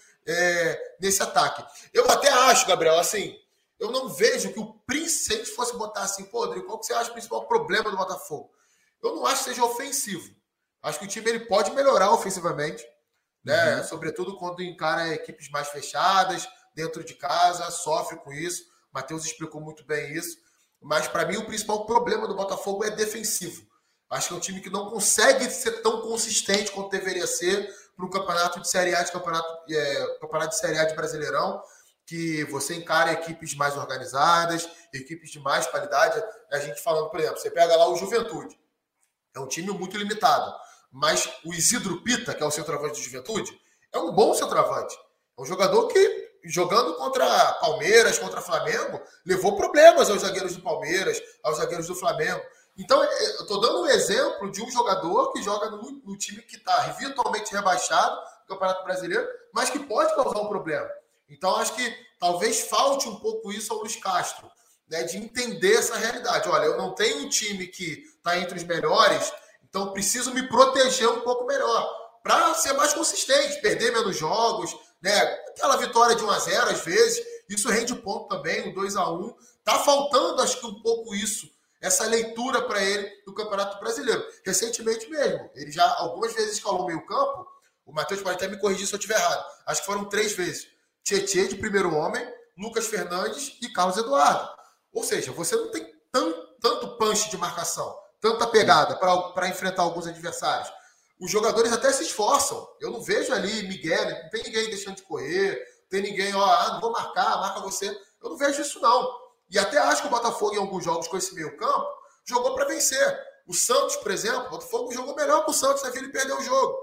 Speaker 2: nesse ataque. Eu até acho, Gabriel, assim, eu não vejo que o Prince, se a gente fosse botar assim, pô, Rodrigo, qual que você acha o principal problema do Botafogo? Eu não acho que seja ofensivo. Acho que o time ele pode melhorar ofensivamente, né? Sobretudo quando encara equipes mais fechadas, dentro de casa, sofre com isso. O Matheus explicou muito bem isso. Mas, para mim, o principal problema do Botafogo é defensivo. Acho que é um time que não consegue ser tão consistente quanto deveria ser para um campeonato de Série A, campeonato de Série A de Brasileirão, que você encara equipes mais organizadas, equipes de mais qualidade. A gente falando, por exemplo, você pega lá o Juventude. É um time muito limitado. Mas o Isidro Pita, que é o centroavante do Juventude, é um bom centroavante. É um jogador que, jogando contra Palmeiras, contra Flamengo, levou problemas aos zagueiros do Palmeiras, aos zagueiros do Flamengo. Então, eu estou dando um exemplo de um jogador que joga no time que está virtualmente rebaixado no Campeonato Brasileiro, mas que pode causar um problema. Então, acho que talvez falte um pouco isso ao Luiz Castro, né, de entender essa realidade. Olha, eu não tenho um time que está entre os melhores, então preciso me proteger um pouco melhor para ser mais consistente, perder menos jogos, né? Aquela vitória de 1-0 às vezes, isso rende ponto também, o 2-1. Tá faltando, acho que um pouco isso, essa leitura para ele do Campeonato Brasileiro. Recentemente mesmo, ele já algumas vezes escalou o meio-campo. O Matheus pode até me corrigir se eu estiver errado. Acho que foram 3 vezes. Tietê de primeiro homem, Lucas Fernandes e Carlos Eduardo. Ou seja, você não tem tanto punch de marcação, tanta pegada para enfrentar alguns adversários. Os jogadores até se esforçam. Eu não vejo ali Miguel, não tem ninguém deixando de correr, não tem ninguém, não vou marcar, marca você. Eu não vejo isso, não. E até acho que o Botafogo, em alguns jogos com esse meio campo, jogou para vencer. O Santos, por exemplo, o Botafogo jogou melhor que o Santos, né? Ele perdeu o jogo.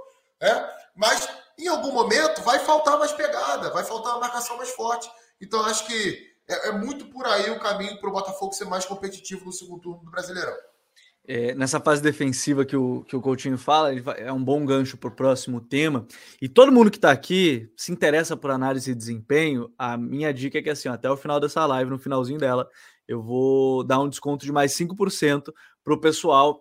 Speaker 2: Mas, em algum momento, vai faltar mais pegada, vai faltar uma marcação mais forte. Então, acho que é muito por aí o caminho para o Botafogo ser mais competitivo no segundo turno do Brasileirão.
Speaker 1: Nessa fase defensiva que o Coutinho fala, é um bom gancho para o próximo tema. E todo mundo que está aqui se interessa por análise de desempenho. A minha dica é que, assim, até o final dessa live, no finalzinho dela, eu vou dar um desconto de mais 5% para o pessoal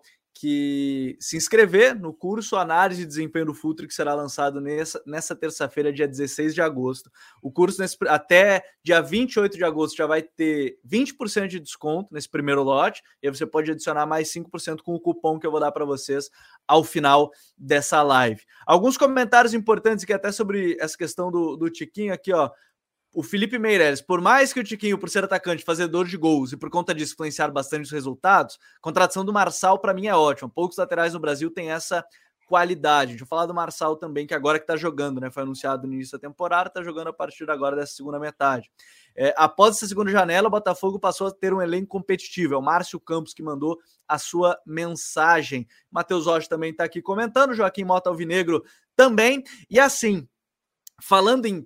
Speaker 1: que se inscrever no curso Análise de Desempenho do Futre, que será lançado nessa terça-feira, dia 16 de agosto. O curso até dia 28 de agosto já vai ter 20% de desconto nesse primeiro lote, e aí você pode adicionar mais 5% com o cupom que eu vou dar para vocês ao final dessa live. Alguns comentários importantes aqui até sobre essa questão do Tiquinho aqui, ó. O Felipe Meireles, por mais que o Tiquinho, por ser atacante, fazedor de gols e por conta disso influenciar bastante os resultados, a contratação do Marçal para mim é ótima. Poucos laterais no Brasil têm essa qualidade. Deixa eu falar do Marçal também, que agora que tá jogando, né? Foi anunciado no início da temporada, tá jogando a partir de agora dessa segunda metade. Após essa segunda janela, o Botafogo passou a ter um elenco competitivo. É o Márcio Campos que mandou a sua mensagem. Matheus Rocha também tá aqui comentando, Joaquim Mota Alvinegro também. E assim, falando em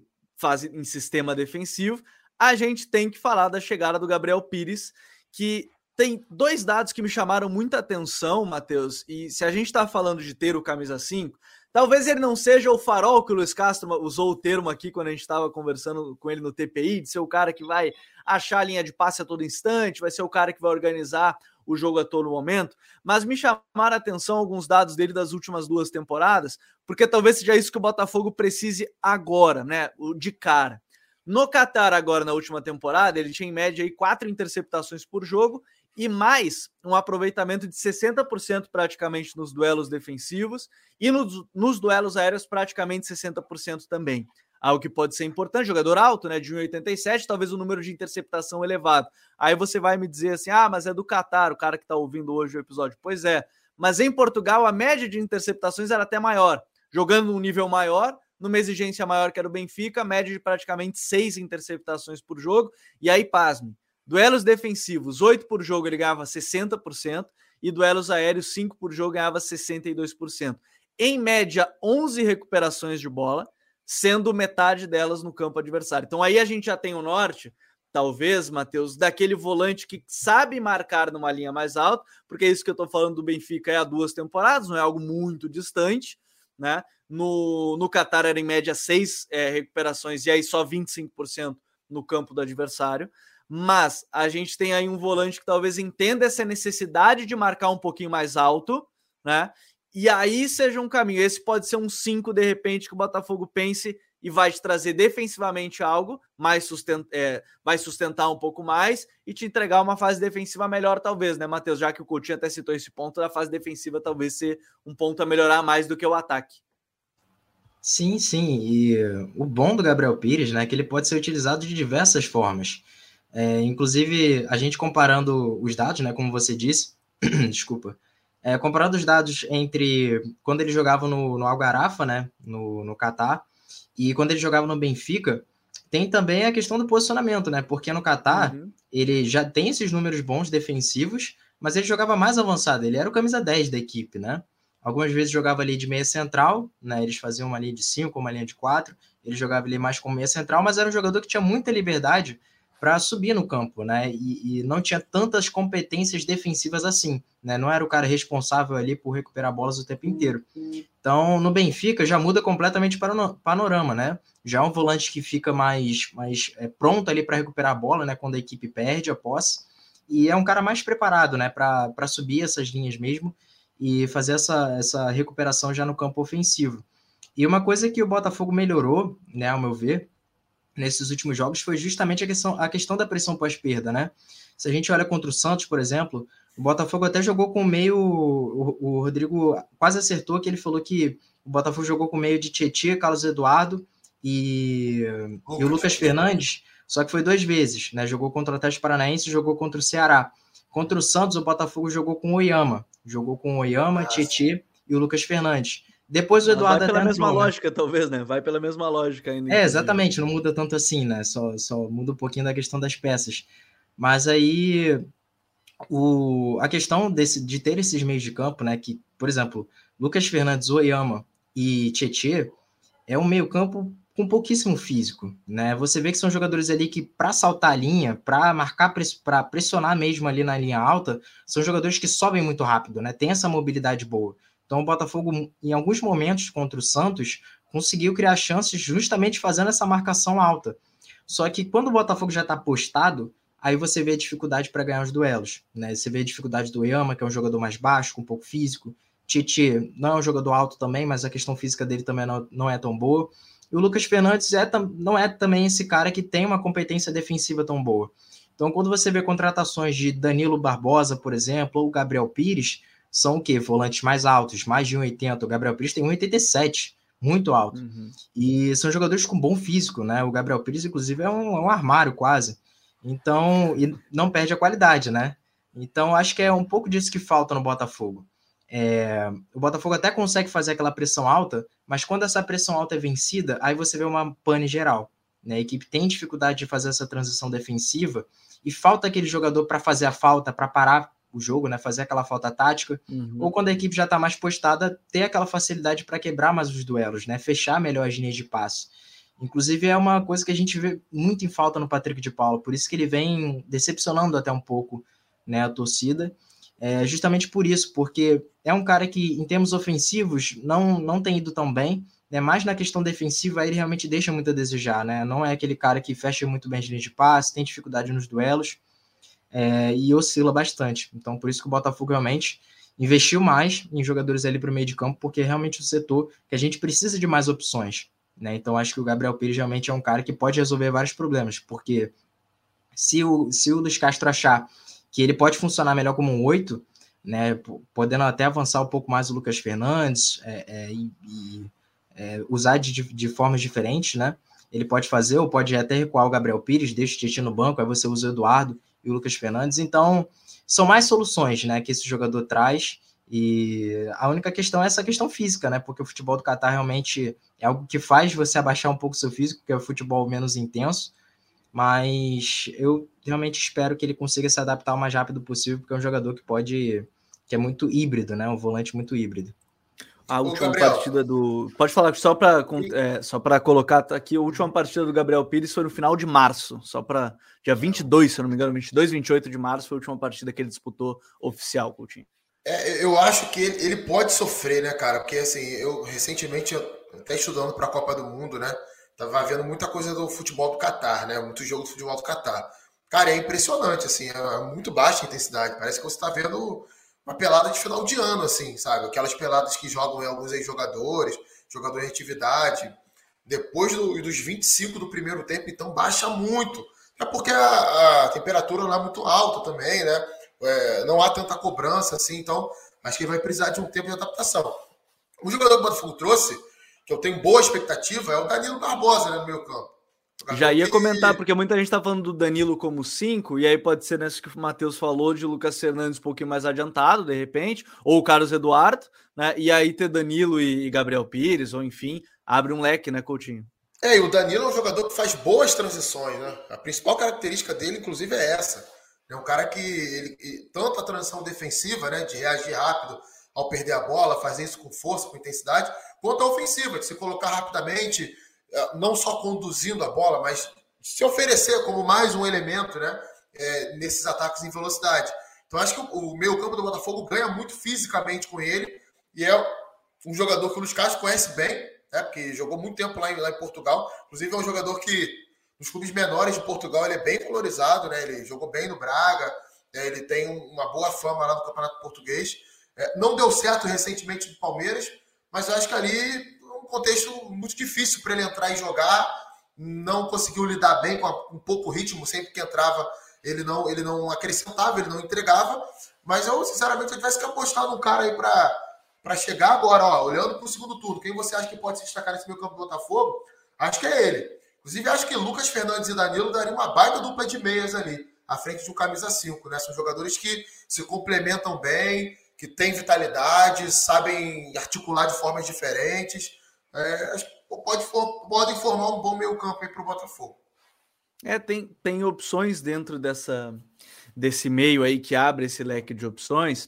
Speaker 1: sistema defensivo, a gente tem que falar da chegada do Gabriel Pires, que tem 2 dados que me chamaram muita atenção, Matheus, e se a gente está falando de ter o camisa 5, talvez ele não seja o farol que o Luiz Castro usou o termo aqui quando a gente estava conversando com ele no TPI, de ser o cara que vai achar a linha de passe a todo instante, vai ser o cara que vai organizar o jogo a todo momento, mas me chamaram a atenção alguns dados dele das últimas 2 temporadas, porque talvez seja isso que o Botafogo precise agora, né, de cara. No Qatar agora, na última temporada, ele tinha em média aí 4 interceptações por jogo e mais um aproveitamento de 60% praticamente nos duelos defensivos e nos duelos aéreos praticamente 60% também. Algo que pode ser importante, jogador alto, né, de 1,87, talvez o número de interceptação elevado. Aí você vai me dizer assim, mas é do Qatar, o cara que está ouvindo hoje o episódio. Pois é, mas em Portugal a média de interceptações era até maior. jogando num nível maior, numa exigência maior que era o Benfica, média de praticamente 6 interceptações por jogo, e aí, pasme, duelos defensivos, 8 por jogo ele ganhava 60%, e duelos aéreos, 5 por jogo, ganhava 62%. Em média, 11 recuperações de bola, sendo metade delas no campo adversário. Então aí a gente já tem o norte, talvez, Matheus, daquele volante que sabe marcar numa linha mais alta, porque é isso que eu estou falando do Benfica há 2 temporadas, não é algo muito distante, né? No Qatar era em média 6 recuperações e aí só 25% no campo do adversário, mas a gente tem aí um volante que talvez entenda essa necessidade de marcar um pouquinho mais alto, né? E aí seja um caminho. Esse pode ser um 5, de repente, que o Botafogo pense e vai te trazer defensivamente algo, vai sustentar um pouco mais e te entregar uma fase defensiva melhor, talvez, né, Matheus? Já que o Coutinho até citou esse ponto, da fase defensiva talvez ser um ponto a melhorar mais do que o ataque.
Speaker 3: Sim, sim. E o bom do Gabriel Pires, né, é que ele pode ser utilizado de diversas formas. Inclusive, a gente comparando os dados, né, como você disse, desculpa, comparando os dados entre quando ele jogava no Al-Gharafa, né, no Qatar, e quando ele jogava no Benfica, tem também a questão do posicionamento, né, porque no Qatar ele já tem esses números bons defensivos, mas ele jogava mais avançado, ele era o camisa 10 da equipe, né. Algumas vezes jogava ali de meia central, né, eles faziam uma linha de 5, uma linha de 4, ele jogava ali mais como meia central, mas era um jogador que tinha muita liberdade para subir no campo, né? E não tinha tantas competências defensivas assim, né? Não era o cara responsável ali por recuperar bolas o tempo inteiro. Então, no Benfica já muda completamente para o panorama, né? Já é um volante que fica mais pronto ali para recuperar a bola, né? Quando a equipe perde a posse, e é um cara mais preparado, né? Para subir essas linhas mesmo e fazer essa recuperação já no campo ofensivo. E uma coisa que o Botafogo melhorou, né? Ao meu ver, nesses últimos jogos foi justamente a questão da pressão pós-perda, né? Se a gente olha contra o Santos, por exemplo, o Botafogo até jogou com meio... O Rodrigo quase acertou que ele falou que o Botafogo jogou com meio de Tietê, Carlos Eduardo e o Lucas Fernandes, só que foi 2 vezes, né? Jogou contra o Atlético Paranaense e jogou contra o Ceará. Contra o Santos, o Botafogo jogou com o Oyama. Jogou com o Oyama, Tietê e o Lucas Fernandes. Depois o Eduardo
Speaker 1: vai pela mesma lógica, talvez, né? Vai pela mesma lógica ainda.
Speaker 3: Exatamente, não muda tanto assim, né? Só muda um pouquinho da questão das peças. Mas aí a questão de ter esses meios de campo, né? Que, por exemplo, Lucas Fernandes, Oyama e Tietê é um meio-campo com pouquíssimo físico, né? Você vê que são jogadores ali que, para saltar a linha, para marcar, para pressionar mesmo ali na linha alta, são jogadores que sobem muito rápido, né? Tem essa mobilidade boa. Então, o Botafogo, em alguns momentos contra o Santos, conseguiu criar chances justamente fazendo essa marcação alta. Só que quando o Botafogo já está postado, aí você vê a dificuldade para ganhar os duelos, né? Você vê a dificuldade do Oyama, que é um jogador mais baixo, com pouco físico. Tietê não é um jogador alto também, mas a questão física dele também não é tão boa. E o Lucas Fernandes não é também esse cara que tem uma competência defensiva tão boa. Então, quando você vê contratações de Danilo Barbosa, por exemplo, ou Gabriel Pires, são o quê? Volantes mais altos, mais de 1,80. O Gabriel Pires tem 1,87, muito alto. E são jogadores com bom físico, né? O Gabriel Pires, inclusive, é um armário quase. Então, e não perde a qualidade, né? Então, acho que é um pouco disso que falta no Botafogo. O Botafogo até consegue fazer aquela pressão alta, mas quando essa pressão alta é vencida, aí você vê uma pane geral, né? A equipe tem dificuldade de fazer essa transição defensiva e falta aquele jogador para fazer a falta, para parar o jogo, né? Fazer aquela falta tática, ou quando a equipe já está mais postada, ter aquela facilidade para quebrar mais os duelos, né? Fechar melhor as linhas de passe. Inclusive é uma coisa que a gente vê muito em falta no Patrick de Paula, por isso que ele vem decepcionando até um pouco, né, a torcida, justamente por isso, porque é um cara que em termos ofensivos não tem ido tão bem, né? Mas na questão defensiva ele realmente deixa muito a desejar, né? Não é aquele cara que fecha muito bem as linhas de passe, tem dificuldade nos duelos, e oscila bastante. Então, por isso que o Botafogo realmente investiu mais em jogadores ali para o meio de campo, porque é realmente o setor que a gente precisa de mais opções, né? Então, acho que o Gabriel Pires realmente é um cara que pode resolver vários problemas, porque se o Luiz Castro achar que ele pode funcionar melhor como um 8, né, podendo até avançar um pouco mais o Lucas Fernandes usar de formas diferentes, né? Ele pode fazer, ou pode até recuar o Gabriel Pires, deixa o Tietê no banco, aí você usa o Eduardo e o Lucas Fernandes. Então, são mais soluções, né, que esse jogador traz, E a única questão é essa questão física, né? Porque o futebol do Catar realmente é algo que faz você abaixar um pouco o seu físico, porque é o futebol menos intenso. Mas eu realmente espero que ele consiga se adaptar o mais rápido possível, porque é um jogador que é muito híbrido, né? Um volante muito híbrido.
Speaker 1: A última partida do... Pode falar, só para colocar aqui, a última partida do Gabriel Pires foi no final de março, só para dia 22, se eu não me engano, 22, 28 de março foi a última partida que ele disputou oficial, Coutinho.
Speaker 2: Eu acho que ele pode sofrer, né, cara? Porque, assim, eu recentemente, até estudando para a Copa do Mundo, né, tava vendo muita coisa do futebol do Catar, né, muito jogo do futebol do Catar. Cara, é impressionante, assim, é muito baixa a intensidade, parece que você tá vendo uma pelada de final de ano, assim, sabe? Aquelas peladas que jogam em alguns ex-jogadores, jogadores de atividade. Depois dos 25 do primeiro tempo, então baixa muito. É porque a temperatura lá é muito alta também, né? Não há tanta cobrança assim, então acho que ele vai precisar de um tempo de adaptação. O jogador que o Botafogo trouxe, que eu tenho boa expectativa, é o Danilo Barbosa, né, no meio campo.
Speaker 1: Já ia comentar, porque muita gente tá falando do Danilo como 5, e aí pode ser nessa que o Matheus falou, de Lucas Fernandes um pouquinho mais adiantado, de repente, ou o Carlos Eduardo, né? E aí ter Danilo e Gabriel Pires, ou enfim, abre um leque, né, Coutinho?
Speaker 2: E o Danilo é um jogador que faz boas transições, né? A principal característica dele, inclusive, é essa. É um cara que tanto a transição defensiva, né, de reagir rápido ao perder a bola, fazer isso com força, com intensidade, quanto a ofensiva, de se colocar rapidamente, não só conduzindo a bola, mas se oferecer como mais um elemento, né, nesses ataques em velocidade. Então acho que o meio campo do Botafogo ganha muito fisicamente com ele, e é um jogador que o Luiz Castro conhece bem, né, porque jogou muito tempo lá em Portugal. Inclusive é um jogador que nos clubes menores de Portugal ele é bem valorizado, né? Ele jogou bem no Braga, ele tem uma boa fama lá no Campeonato Português. Não deu certo recentemente no Palmeiras, mas eu acho que ali é um contexto muito difícil para ele entrar e jogar. Não conseguiu lidar bem com um pouco ritmo, sempre que entrava ele não acrescentava, ele não entregava. Mas eu, sinceramente, se eu tivesse que apostar num cara aí para chegar agora, ó, olhando para o segundo turno, quem você acha que pode se destacar nesse meio campo do Botafogo? Acho que é ele. Inclusive, acho que Lucas Fernandes e Danilo dariam uma baita dupla de meias ali, à frente de um camisa 5, né? São jogadores que se complementam bem, que têm vitalidade, sabem articular de formas diferentes. Podem formar um bom meio campo aí para o Botafogo.
Speaker 1: Tem opções dentro desse meio aí que abre esse leque de opções,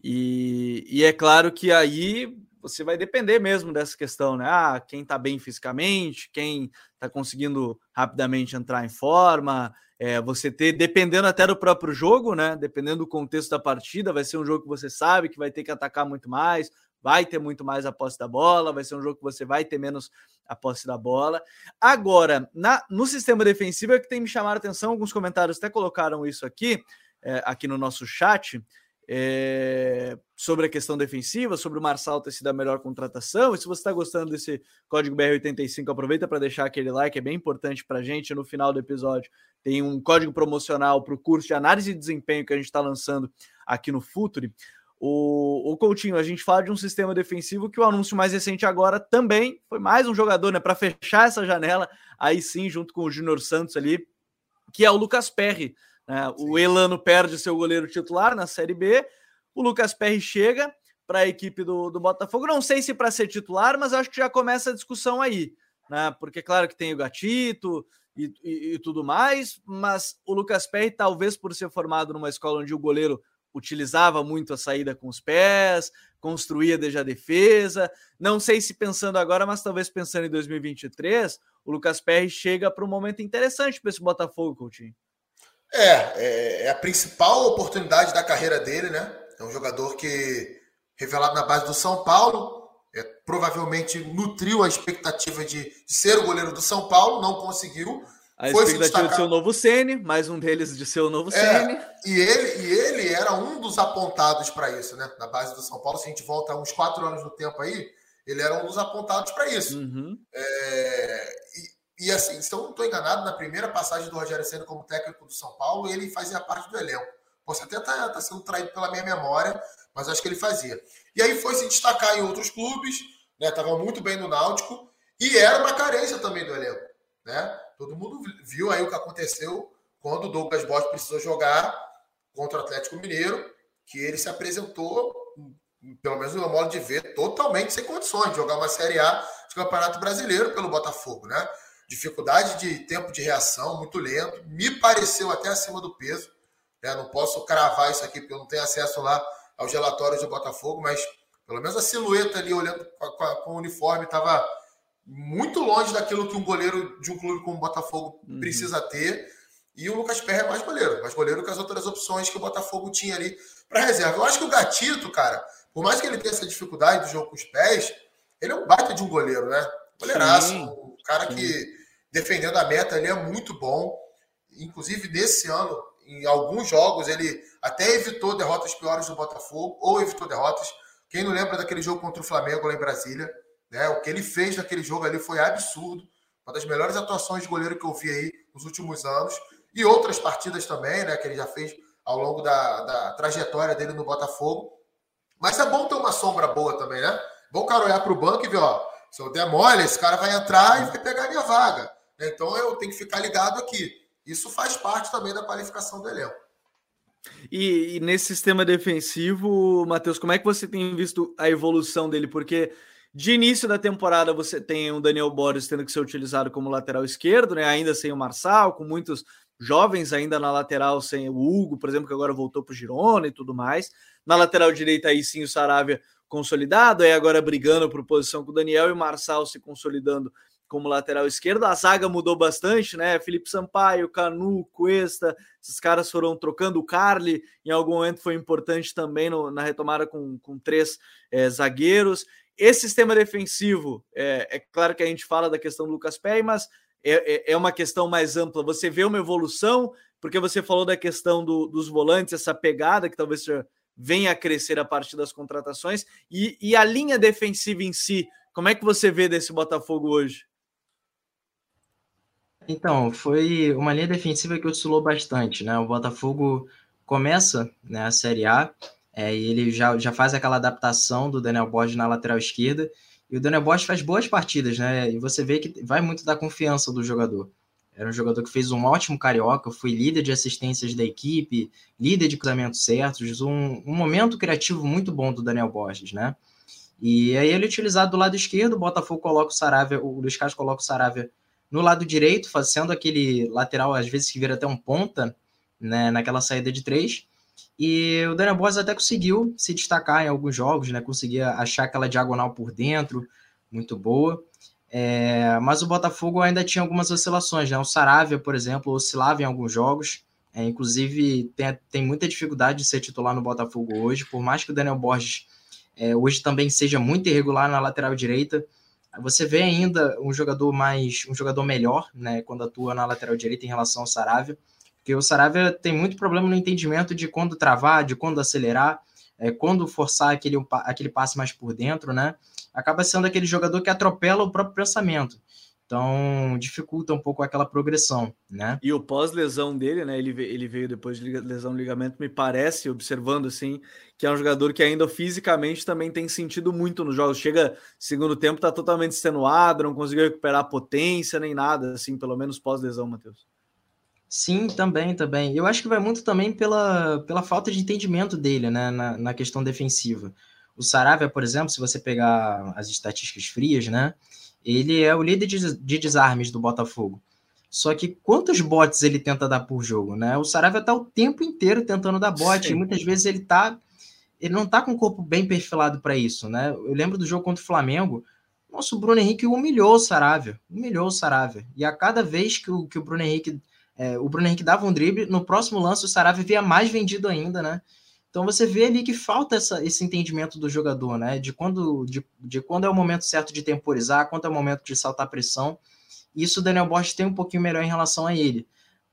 Speaker 1: e é claro que aí você vai depender mesmo dessa questão, né? Quem tá bem fisicamente, quem tá conseguindo rapidamente entrar em forma, você dependendo até do próprio jogo, né? Dependendo do contexto da partida, vai ser um jogo que você sabe que vai ter que atacar muito mais, vai ter muito mais a posse da bola, vai ser um jogo que você vai ter menos a posse da bola. Agora, no sistema defensivo é que tem me chamado a atenção, alguns comentários até colocaram isso aqui no nosso chat, sobre a questão defensiva, sobre o Marçal ter sido a melhor contratação. E se você está gostando desse código BR85, aproveita para deixar aquele like, é bem importante para a gente. No final do episódio tem um código promocional para o curso de análise de desempenho que a gente está lançando aqui no Futuri. O Coutinho, a gente fala de um sistema defensivo que o anúncio mais recente agora também foi mais um jogador, né, para fechar essa janela, aí sim, junto com o Júnior Santos ali, que é o Lucas Perry. O Elano perde seu goleiro titular na Série B, o Lucas Perry chega para a equipe do Botafogo, não sei se para ser titular, mas acho que já começa a discussão aí, né? Porque claro que tem o Gatito e tudo mais, mas o Lucas Perry, talvez por ser formado numa escola onde o goleiro utilizava muito a saída com os pés, construía desde a defesa, não sei se pensando agora, mas talvez pensando em 2023, o Lucas Perry chega para um momento interessante para esse Botafogo, Coutinho.
Speaker 2: É a principal oportunidade da carreira dele, né? É um jogador que, revelado na base do São Paulo, provavelmente nutriu a expectativa de ser o goleiro do São Paulo, não conseguiu.
Speaker 1: A expectativa de ser o novo Ceni, mais um deles de ser o novo Ceni.
Speaker 2: E ele era um dos apontados para isso, né? Na base do São Paulo, se a gente volta uns 4 anos no tempo aí, ele era um dos apontados para isso.
Speaker 1: Uhum.
Speaker 2: E assim, se eu não estou enganado, na primeira passagem do Rogério Ceni como técnico do São Paulo, ele fazia parte do elenco. Posso até estar sendo traído pela minha memória, mas acho que ele fazia. E aí foi se destacar em outros clubes, né? Estava muito bem no Náutico, e era uma carência também do elenco, né? Todo mundo viu aí o que aconteceu quando o Douglas Borges precisou jogar contra o Atlético Mineiro, que ele se apresentou pelo menos no meu modo de ver, totalmente sem condições de jogar uma Série A de Campeonato Brasileiro pelo Botafogo, né? Dificuldade de tempo de reação, muito lento. Me pareceu até acima do peso. Né? Não posso cravar isso aqui, porque eu não tenho acesso lá aos relatórios do Botafogo, mas pelo menos a silhueta ali, olhando com o uniforme, estava muito longe daquilo que um goleiro de um clube como o Botafogo precisa ter. E o Lucas Perry é mais goleiro que as outras opções que o Botafogo tinha ali para reserva. Eu acho que o Gatito, cara, por mais que ele tenha essa dificuldade do jogo com os pés, ele é um baita de um goleiro, né? Goleiraço, um cara que, defendendo a meta, ele é muito bom. Inclusive, nesse ano, em alguns jogos, ele até evitou derrotas piores do Botafogo, ou evitou derrotas. Quem não lembra daquele jogo contra o Flamengo lá em Brasília, né? O que ele fez naquele jogo ali foi absurdo. Uma das melhores atuações de goleiro que eu vi aí nos últimos anos. E outras partidas também, né? Que ele já fez ao longo da trajetória dele no Botafogo. Mas é bom ter uma sombra boa também, né? Bom o cara olhar para o banco e ver, ó, se eu der mole, esse cara vai entrar e vai pegar a minha vaga. Então eu tenho que ficar ligado aqui. Isso faz parte também da qualificação do elenco.
Speaker 1: E nesse sistema defensivo, Matheus, como é que você tem visto a evolução dele? Porque de início da temporada você tem o Daniel Borges tendo que ser utilizado como lateral esquerdo, né? Ainda sem o Marçal, com muitos jovens ainda na lateral, sem o Hugo, por exemplo, que agora voltou para o Girona e tudo mais. Na lateral direita aí sim o Saravia consolidado, aí agora brigando por posição com o Daniel e o Marçal se consolidando como lateral esquerdo. A zaga mudou bastante, né? Felipe Sampaio, Canu, Cuesta, esses caras foram trocando. O Carli, em algum momento, foi importante também na retomada com três zagueiros. Esse sistema defensivo, é claro que a gente fala da questão do Lucas Perry, mas é uma questão mais ampla. Você vê uma evolução, porque você falou da questão dos volantes, essa pegada que talvez venha a crescer a partir das contratações, e a linha defensiva em si, como é que você vê desse Botafogo hoje?
Speaker 3: Então, foi uma linha defensiva que oscilou bastante, né? O Botafogo começa, né, a Série A, e ele já faz aquela adaptação do Daniel Borges na lateral esquerda, e o Daniel Borges faz boas partidas, né? E você vê que vai muito da confiança do jogador. Era um jogador que fez um ótimo carioca, foi líder de assistências da equipe, líder de cruzamentos certos, um momento criativo muito bom do Daniel Borges, né? E aí ele é utilizado do lado esquerdo, o Botafogo coloca o Saravia, o Luiz Carlos coloca o Saravia no lado direito, fazendo aquele lateral, às vezes que vira até um ponta, né, naquela saída de 3. E o Daniel Borges até conseguiu se destacar em alguns jogos, né, conseguia achar aquela diagonal por dentro, muito boa. Mas o Botafogo ainda tinha algumas oscilações, né? O Saravia, por exemplo, oscilava em alguns jogos, inclusive tem muita dificuldade de ser titular no Botafogo hoje, por mais que o Daniel Borges hoje também seja muito irregular na lateral direita. Você vê ainda um jogador melhor, né, quando atua na lateral direita em relação ao Saravia, porque o Saravia tem muito problema no entendimento de quando travar, de quando acelerar, quando forçar aquele passe mais por dentro, né? Acaba sendo aquele jogador que atropela o próprio pensamento. Então, dificulta um pouco aquela progressão, né?
Speaker 1: E o pós-lesão dele, né? Ele veio depois de lesão no ligamento, me parece, observando assim, que é um jogador que ainda fisicamente também tem sentido muito nos jogos. Chega segundo tempo, tá totalmente extenuado, não conseguiu recuperar potência nem nada, assim, pelo menos pós-lesão, Matheus.
Speaker 3: Sim, também. Eu acho que vai muito também pela falta de entendimento dele, né, na questão defensiva. O Saravia, por exemplo, se você pegar as estatísticas frias, né, ele é o líder de desarmes do Botafogo. Só que quantos botes ele tenta dar por jogo, né? O Saravia tá o tempo inteiro tentando dar bote, e muitas vezes ele não tá com o corpo bem perfilado para isso, né? Eu lembro do jogo contra o Flamengo, nosso Bruno Henrique humilhou o Saravia. E a cada vez que o Bruno Henrique dava um drible, no próximo lance o Saravia via mais vendido ainda, né? Então você vê ali que falta esse entendimento do jogador, né? De quando é o momento certo de temporizar, quando é o momento de saltar pressão. Isso o Daniel Borges tem um pouquinho melhor em relação a ele.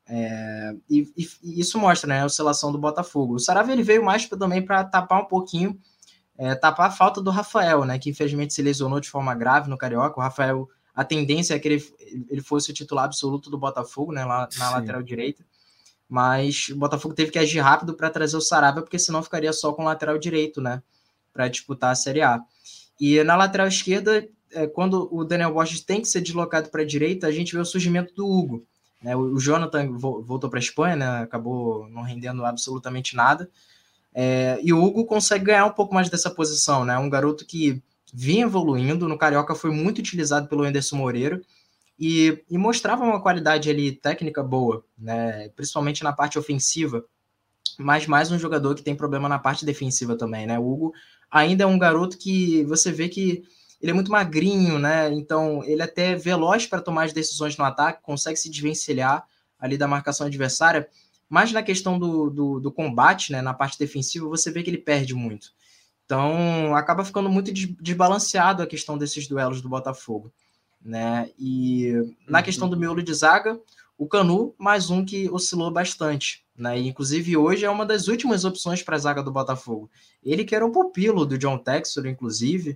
Speaker 3: E isso mostra, né, a oscilação do Botafogo. O Saravia ele veio mais também para tapar um pouquinho, tapar a falta do Rafael, né? Que infelizmente se lesionou de forma grave no Carioca. O Rafael, a tendência é que ele fosse o titular absoluto do Botafogo, né, lá na lateral direita. Mas o Botafogo teve que agir rápido para trazer o Saravia, porque senão ficaria só com o lateral direito, né, para disputar a Série A. E na lateral esquerda, quando o Daniel Borges tem que ser deslocado para a direita, a gente vê o surgimento do Hugo. Né? O Jonathan voltou para a Espanha, né, acabou não rendendo absolutamente nada. E o Hugo consegue ganhar um pouco mais dessa posição, né? Um garoto que vinha evoluindo, no Carioca foi muito utilizado pelo Anderson Moreira, e mostrava uma qualidade ali técnica boa, né? Principalmente na parte ofensiva, mas mais um jogador que tem problema na parte defensiva também, né? O Hugo ainda é um garoto que você vê que ele é muito magrinho, né? Então ele até é veloz para tomar as decisões no ataque, consegue se desvencilhar ali da marcação adversária, mas na questão do combate, né? Na parte defensiva, você vê que ele perde muito. Então acaba ficando muito desbalanceado a questão desses duelos do Botafogo, né? E na questão do miolo de zaga, o Canu, mais um que oscilou bastante, né? E, inclusive, hoje é uma das últimas opções para a zaga do Botafogo. Ele que era um pupilo do John Textor, inclusive,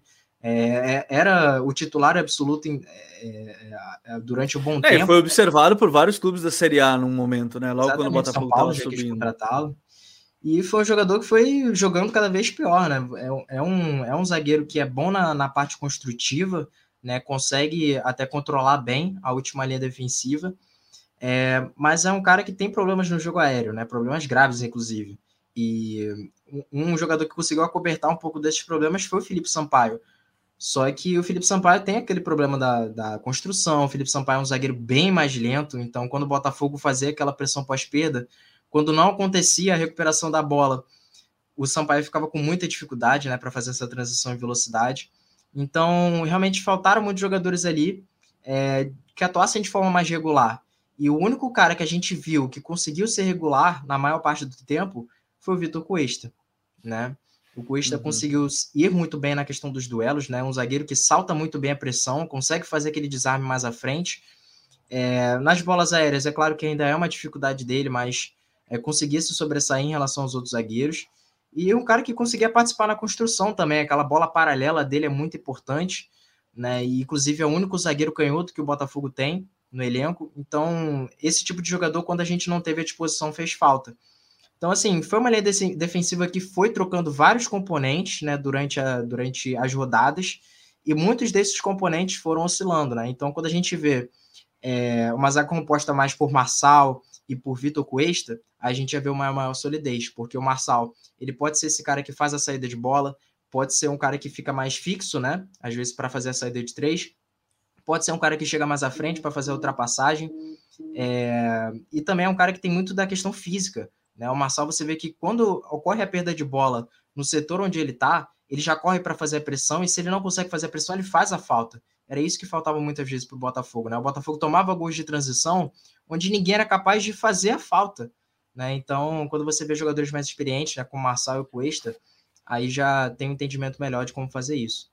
Speaker 3: era o titular absoluto durante um bom tempo.
Speaker 1: Foi observado por vários clubes da Série A num momento, né? Logo
Speaker 3: Exatamente,
Speaker 1: quando o Botafogo estava subindo.
Speaker 3: Contratá-lo. E foi um jogador que foi jogando cada vez pior, né? É um zagueiro que é bom na parte construtiva, né? Consegue até controlar bem a última linha defensiva, mas é um cara que tem problemas no jogo aéreo, né? Problemas graves, inclusive. E um jogador que conseguiu acobertar um pouco desses problemas foi o Felipe Sampaio. Só que o Felipe Sampaio tem aquele problema da construção. O Felipe Sampaio é um zagueiro bem mais lento, então quando o Botafogo fazia aquela pressão pós-perda, quando não acontecia a recuperação da bola, o Sampaio ficava com muita dificuldade, né, para fazer essa transição em velocidade. Então, realmente faltaram muitos jogadores ali que atuassem de forma mais regular. E o único cara que a gente viu que conseguiu ser regular na maior parte do tempo foi o Vitor Cuesta, né? O Cuesta conseguiu ir muito bem na questão dos duelos, né? Um zagueiro que salta muito bem a pressão, consegue fazer aquele desarme mais à frente. Nas bolas aéreas, é claro que ainda é uma dificuldade dele, mas conseguia se sobressair em relação aos outros zagueiros. E um cara que conseguia participar na construção também, aquela bola paralela dele é muito importante, né? E inclusive é o único zagueiro canhoto que o Botafogo tem no elenco. Então, esse tipo de jogador, quando a gente não teve à disposição, fez falta. Então, assim, foi uma linha defensiva que foi trocando vários componentes, né, durante as rodadas, e muitos desses componentes foram oscilando, né? Então, quando a gente vê uma zaga composta mais por Marçal e por Vitor Cuesta, a gente já vê uma maior solidez, porque o Marçal, ele pode ser esse cara que faz a saída de bola, pode ser um cara que fica mais fixo, né? Às vezes para fazer a saída de 3, pode ser um cara que chega mais à frente para fazer a ultrapassagem, e também é um cara que tem muito da questão física, né? O Marçal, você vê que quando ocorre a perda de bola no setor onde ele está, ele já corre para fazer a pressão, e se ele não consegue fazer a pressão, ele faz a falta. Era isso que faltava muitas vezes para o Botafogo, né? O Botafogo tomava gols de transição onde ninguém era capaz de fazer a falta, né? Então, quando você vê jogadores mais experientes, né, como o Marçal e o Cuesta, aí já tem um entendimento melhor de como fazer isso.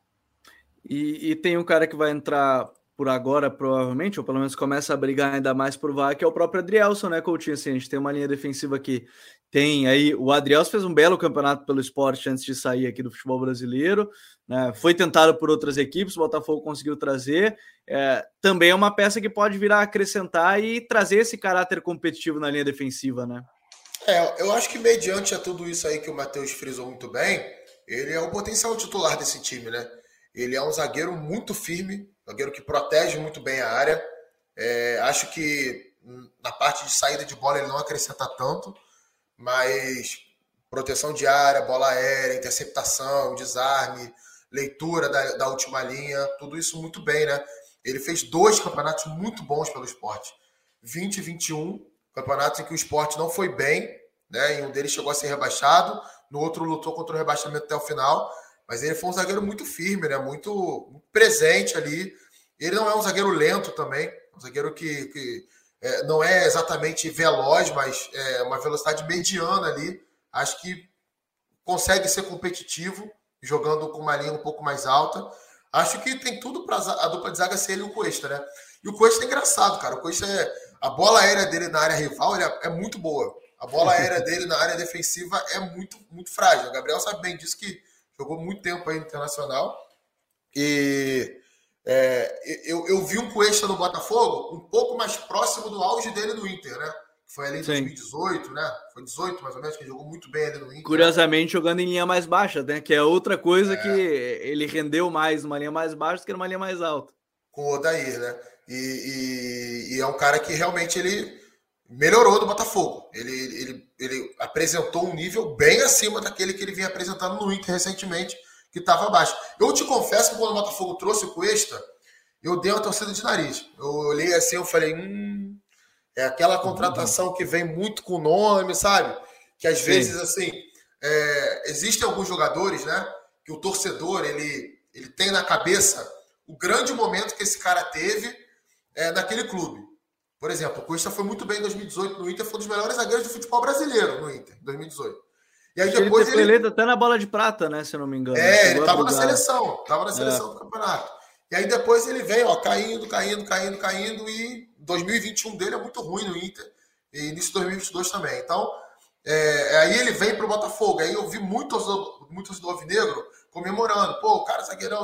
Speaker 1: E tem um cara que vai entrar por agora, provavelmente, ou pelo menos começa a brigar ainda mais por vaga, que é o próprio Adrielson, né, Coutinho? Assim, a gente tem uma linha defensiva que tem aí... O Adrielson fez um belo campeonato pelo Sport antes de sair aqui do futebol brasileiro, né? Foi tentado por outras equipes, o Botafogo conseguiu trazer. Também é uma peça que pode vir a acrescentar e trazer esse caráter competitivo na linha defensiva, né?
Speaker 2: Eu acho que mediante a tudo isso aí que o Matheus frisou muito bem, ele é o potencial titular desse time, né? Ele é um zagueiro muito firme, zagueiro que protege muito bem a área. Acho que na parte de saída de bola ele não acrescenta tanto, mas proteção de área, bola aérea, interceptação, desarme, leitura da última linha, tudo isso muito bem, né? Ele fez 2 campeonatos muito bons pelo Sport. 20 e 21, campeonatos em que o Sport não foi bem, né? Em um deles chegou a ser rebaixado, no outro lutou contra o rebaixamento até o final. Mas ele foi um zagueiro muito firme, né? Muito presente ali. Ele não é um zagueiro lento também. Um zagueiro que não é exatamente veloz, mas é uma velocidade mediana ali. Acho que consegue ser competitivo, jogando com uma linha um pouco mais alta. Acho que tem tudo para a dupla de zaga ser ele e o Cuesta, né? E o Cuesta é engraçado, cara. O Cuesta a bola aérea dele na área rival é muito boa. A bola aérea dele na área defensiva é muito, muito frágil. O Gabriel sabe bem disso, que jogou muito tempo aí no Internacional. E eu vi o Cuesta no Botafogo um pouco mais próximo do auge dele no Inter, né? Foi ali em 2018, né? Foi 18, mais ou menos, que ele jogou muito bem ali no Inter.
Speaker 1: Curiosamente, né? Jogando em linha mais baixa, né? Que é outra coisa que ele rendeu mais numa linha mais baixa do que numa linha mais alta.
Speaker 2: Com o Odair, né? E é um cara que realmente ele melhorou do Botafogo. Ele apresentou um nível bem acima daquele que ele vinha apresentando no Inter recentemente, que estava abaixo. Eu te confesso que quando o Botafogo trouxe o Cuesta, eu dei uma torcida de nariz. Eu olhei assim, eu falei, é aquela contratação que vem muito com nome, sabe? Que às vezes, assim, existem alguns jogadores, né? Que o torcedor, ele tem na cabeça o grande momento que esse cara teve naquele clube. Por exemplo, o Cuesta foi muito bem em 2018 no Inter, foi um dos melhores zagueiros do futebol brasileiro no Inter, em 2018. E aí depois
Speaker 1: ele foi eleito até na bola de prata, né? Se eu não me engano.
Speaker 2: Ele estava na seleção, do campeonato. E aí depois ele vem, caindo, e 2021 dele é muito ruim no Inter, e início de 2022 também. Então, aí ele vem para o Botafogo. Aí eu vi muitos do Alvinegro comemorando. Pô, o cara zagueirão.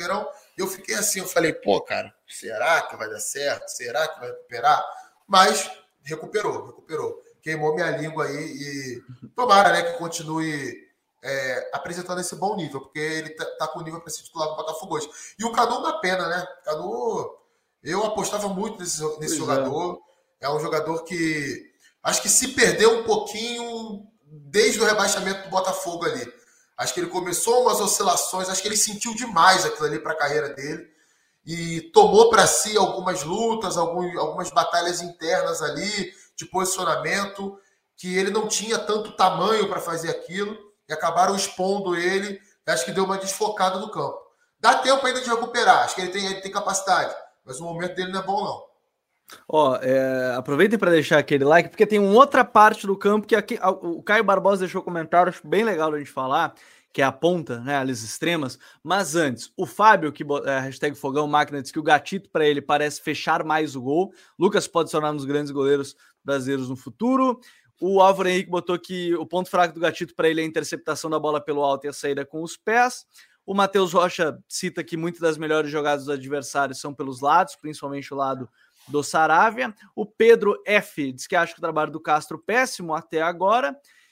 Speaker 2: E eu fiquei assim, eu falei, pô, cara, será que vai dar certo? Será que vai recuperar? Mas recuperou. Queimou minha língua aí e tomara, né, que continue apresentando esse bom nível, porque ele tá com nível para ser titular do Botafogo hoje. E o Canu, uma pena, né? Canu, eu apostava muito nesse jogador. É um jogador que acho que se perdeu um pouquinho desde o rebaixamento do Botafogo ali. Acho que ele começou umas oscilações, acho que ele sentiu demais aquilo ali para a carreira dele e tomou para si algumas lutas, algumas batalhas internas ali, de posicionamento, que ele não tinha tanto tamanho para fazer aquilo e acabaram expondo ele. Acho que deu uma desfocada no campo. Dá tempo ainda de recuperar, acho que ele tem capacidade, mas o momento dele não é bom, não.
Speaker 1: Aproveitem para deixar aquele like, porque tem uma outra parte do campo que aqui, o Caio Barbosa deixou comentário, acho bem legal a gente falar, que é a ponta, né, as extremas. Mas antes, o Fábio, que hashtag Fogão Máquina, disse que o gatito para ele parece fechar mais o gol. Lucas pode se tornar um dos grandes goleiros brasileiros no futuro. O Álvaro Henrique botou que o ponto fraco do gatito para ele é a interceptação da bola pelo alto e a saída com os pés. O Matheus Rocha cita que muitas das melhores jogadas dos adversários são pelos lados, principalmente o lado do Saravia. O Pedro F diz que acha que o trabalho do Castro péssimo até agora.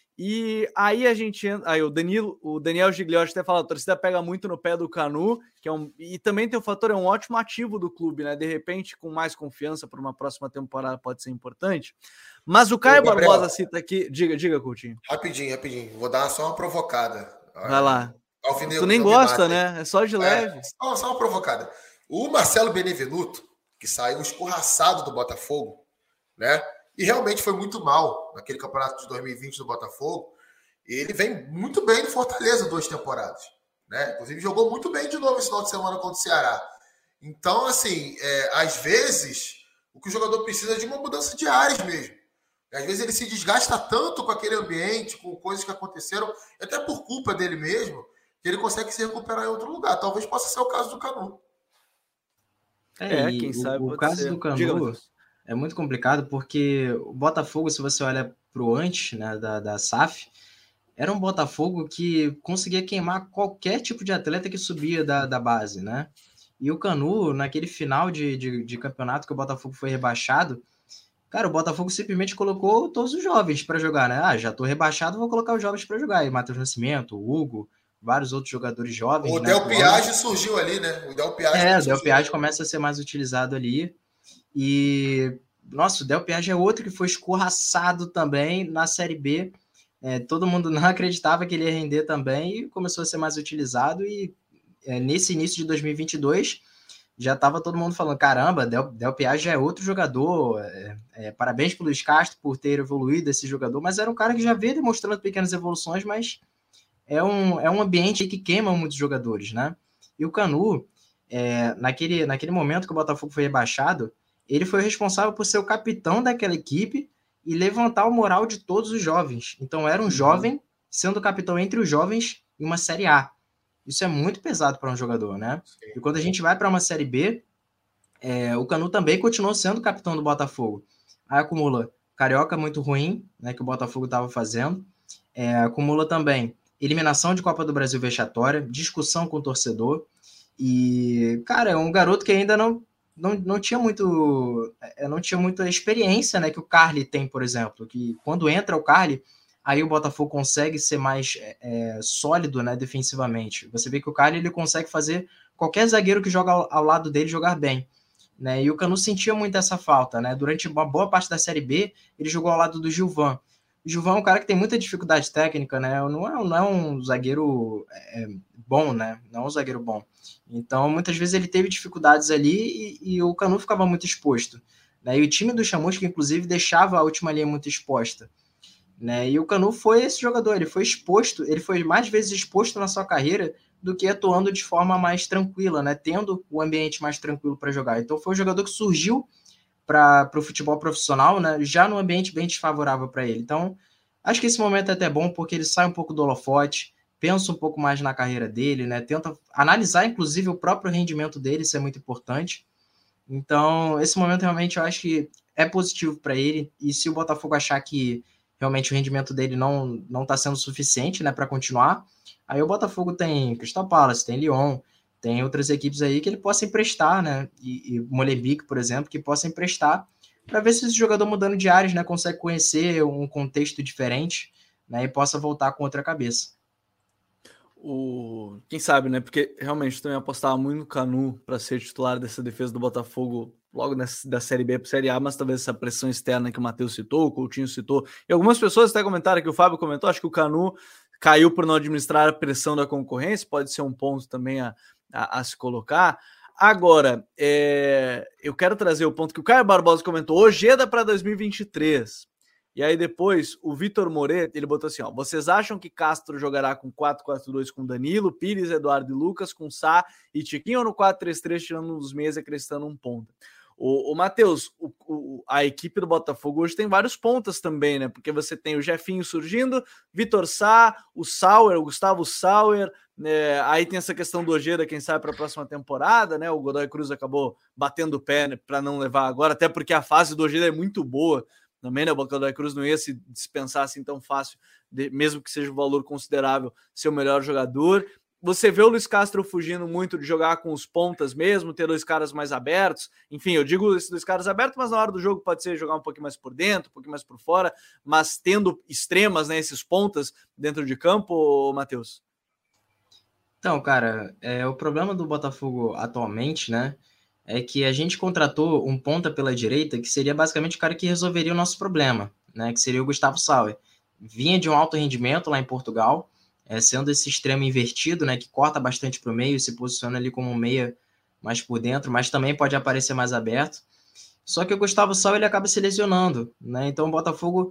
Speaker 1: E aí a gente entra. Aí o Daniel Gigliotti até fala: a torcida pega muito no pé do Canu, e também tem o fator, é um ótimo ativo do clube, né? De repente, com mais confiança para uma próxima temporada, pode ser importante. Mas o Caio Barbosa cita aqui. Diga, Coutinho.
Speaker 2: Rapidinho. Vou dar só uma provocada.
Speaker 1: Vai lá. Tu nem gosta, né? É só de leve.
Speaker 2: Só uma provocada. O Marcelo Benevenuto, que saiu escorraçado do Botafogo, né? E realmente foi muito mal naquele campeonato de 2020 do Botafogo. Ele vem muito bem no Fortaleza 2 temporadas, né? Inclusive jogou muito bem de novo esse final de semana contra o Ceará. Então, assim, às vezes o que o jogador precisa é de uma mudança de áreas mesmo. Às vezes ele se desgasta tanto com aquele ambiente, com coisas que aconteceram, até por culpa dele mesmo, que ele consegue se recuperar em outro lugar. Talvez possa ser o caso do Canu.
Speaker 3: Quem sabe o caso do Canu é muito complicado, porque o Botafogo, se você olha para o antes, né, da SAF, era um Botafogo que conseguia queimar qualquer tipo de atleta que subia da base, né? E o Canu, naquele final de campeonato que o Botafogo foi rebaixado, cara, o Botafogo simplesmente colocou todos os jovens para jogar, né? Já tô rebaixado, vou colocar os jovens para jogar. E Matheus Nascimento, o Hugo, vários outros jogadores jovens.
Speaker 2: O Del Piage surgiu ali, né? O Del
Speaker 3: Piage começa a ser mais utilizado ali. E, nossa, o Del Piage é outro que foi escorraçado também na Série B. Todo mundo não acreditava que ele ia render também e começou a ser mais utilizado. E nesse início de 2022, já estava todo mundo falando, caramba, Del Piage é outro jogador. Parabéns para o Luiz Castro por ter evoluído esse jogador. Mas era um cara que já veio demonstrando pequenas evoluções, mas é um ambiente que queima muitos jogadores, né? E o Canu, naquele momento que o Botafogo foi rebaixado, ele foi responsável por ser o capitão daquela equipe e levantar o moral de todos os jovens. Então era um jovem sendo capitão entre os jovens em uma Série A. Isso é muito pesado para um jogador, né? Sim. E quando a gente vai para uma Série B, o Canu também continuou sendo capitão do Botafogo. Aí acumula Carioca muito ruim, né, que o Botafogo estava fazendo. Acumula também eliminação de Copa do Brasil vexatória, discussão com o torcedor. E, cara, é um garoto que ainda não tinha muita experiência, né, que o Carly tem, por exemplo, que quando entra o Carly, aí o Botafogo consegue ser mais sólido, né, defensivamente. Você vê que o Carly ele consegue fazer qualquer zagueiro que joga ao lado dele jogar bem. né? E o Canu sentia muito essa falta, né? Durante uma boa parte da Série B, ele jogou ao lado do Gilvan. O Gilvan é um cara que tem muita dificuldade técnica, né? Não é um zagueiro bom, né? Não é um zagueiro bom. Então, muitas vezes ele teve dificuldades ali e o Canu ficava muito exposto, né? E o time do Chamusca, inclusive, deixava a última linha muito exposta, né? E o Canu foi esse jogador, ele foi exposto, ele foi mais vezes exposto na sua carreira do que atuando de forma mais tranquila, né? Tendo o ambiente mais tranquilo para jogar. Então, foi um jogador que surgiu para o futebol profissional, né, já num ambiente bem desfavorável para ele. Então, acho que esse momento é até bom, porque ele sai um pouco do holofote, pensa um pouco mais na carreira dele, né, tenta analisar, inclusive, o próprio rendimento dele, isso é muito importante. Então, esse momento realmente eu acho que é positivo para ele, e se o Botafogo achar que realmente o rendimento dele não está sendo suficiente, né, para continuar, aí o Botafogo tem Crystal Palace, tem Lyon, tem outras equipes aí que ele possa emprestar, né? E Molenbeek, por exemplo, que possa emprestar para ver se esse jogador mudando de áreas, né, consegue conhecer um contexto diferente, né, e possa voltar com outra cabeça.
Speaker 1: Quem sabe, né? Porque realmente também apostava muito no Canu para ser titular dessa defesa do Botafogo logo da Série B para a Série A, mas talvez essa pressão externa que o Matheus citou, o Coutinho citou, e algumas pessoas até comentaram que o Fábio comentou, acho que o Canu caiu por não administrar a pressão da concorrência, pode ser um ponto também a se colocar. Agora, eu quero trazer o ponto que o Caio Barbosa comentou, Ojeda para 2023. E aí depois, o Vitor Moretti, ele botou assim, ó, vocês acham que Castro jogará com 4-4-2 com Danilo, Pires, Eduardo e Lucas, com Sá e Tiquinho, ou no 4-3-3 tirando um dos meias e acrescentando um ponta? O Matheus, a equipe do Botafogo hoje tem vários pontas também, né? Porque você tem o Jefinho surgindo, Vitor Sá, o Sauer, o Gustavo Sauer, né? Aí tem essa questão do Ojeda, quem sabe para a próxima temporada, né? O Godoy Cruz acabou batendo o pé, né, para não levar agora, até porque a fase do Ojeda é muito boa também, né? O Godoy Cruz não ia se dispensar assim tão fácil, mesmo que seja um valor considerável, ser o melhor jogador. Você vê o Luiz Castro fugindo muito de jogar com os pontas mesmo, ter dois caras mais abertos. Enfim, eu digo esses dois caras abertos, mas na hora do jogo pode ser jogar um pouquinho mais por dentro, um pouquinho mais por fora, mas tendo extremas, né, esses pontas dentro de campo, Matheus?
Speaker 3: Então, cara, o problema do Botafogo atualmente, né, é que a gente contratou um ponta pela direita que seria basicamente o cara que resolveria o nosso problema, né, que seria o Gustavo Sauer. Vinha de um alto rendimento lá em Portugal, sendo esse extremo invertido, né, que corta bastante para o meio, se posiciona ali como um meia mais por dentro, mas também pode aparecer mais aberto. Só que o Gustavo Sauer ele acaba se lesionando, né? Então o Botafogo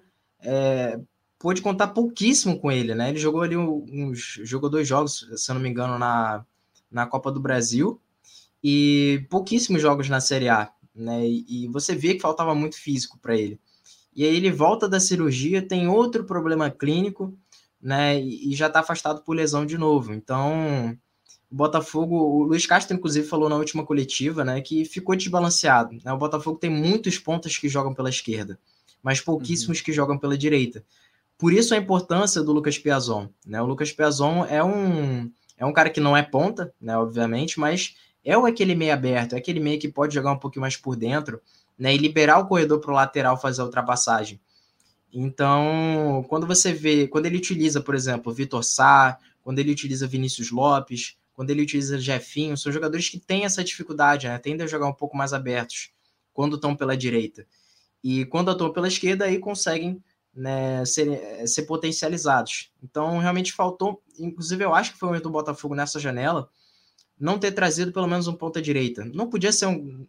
Speaker 3: pôde contar pouquíssimo com ele, né? Ele jogou ali jogou 2 jogos, se eu não me engano, na Copa do Brasil e pouquíssimos jogos na Série A, né? E você vê que faltava muito físico para ele. E aí ele volta da cirurgia, tem outro problema clínico, né? E já está afastado por lesão de novo. Então, o Botafogo, o Luiz Castro, inclusive, falou na última coletiva, né, que ficou desbalanceado. Né? O Botafogo tem muitos pontas que jogam pela esquerda, mas pouquíssimos que jogam pela direita. Por isso a importância do Lucas Piazon. Né? O Lucas Piazon é um cara que não é ponta, né, obviamente, mas é aquele meio aberto, é aquele meio que pode jogar um pouquinho mais por dentro, né, e liberar o corredor para o lateral fazer a ultrapassagem. Então, quando ele utiliza, por exemplo, Vitor Sá, quando ele utiliza Vinícius Lopes, quando ele utiliza Jefinho, são jogadores que têm essa dificuldade, né? Tendem a jogar um pouco mais abertos quando estão pela direita. E quando atuam pela esquerda, aí conseguem, né, ser potencializados. Então, realmente faltou, inclusive eu acho que foi o erro do Botafogo nessa janela, não ter trazido pelo menos um ponta-direita. Não podia ser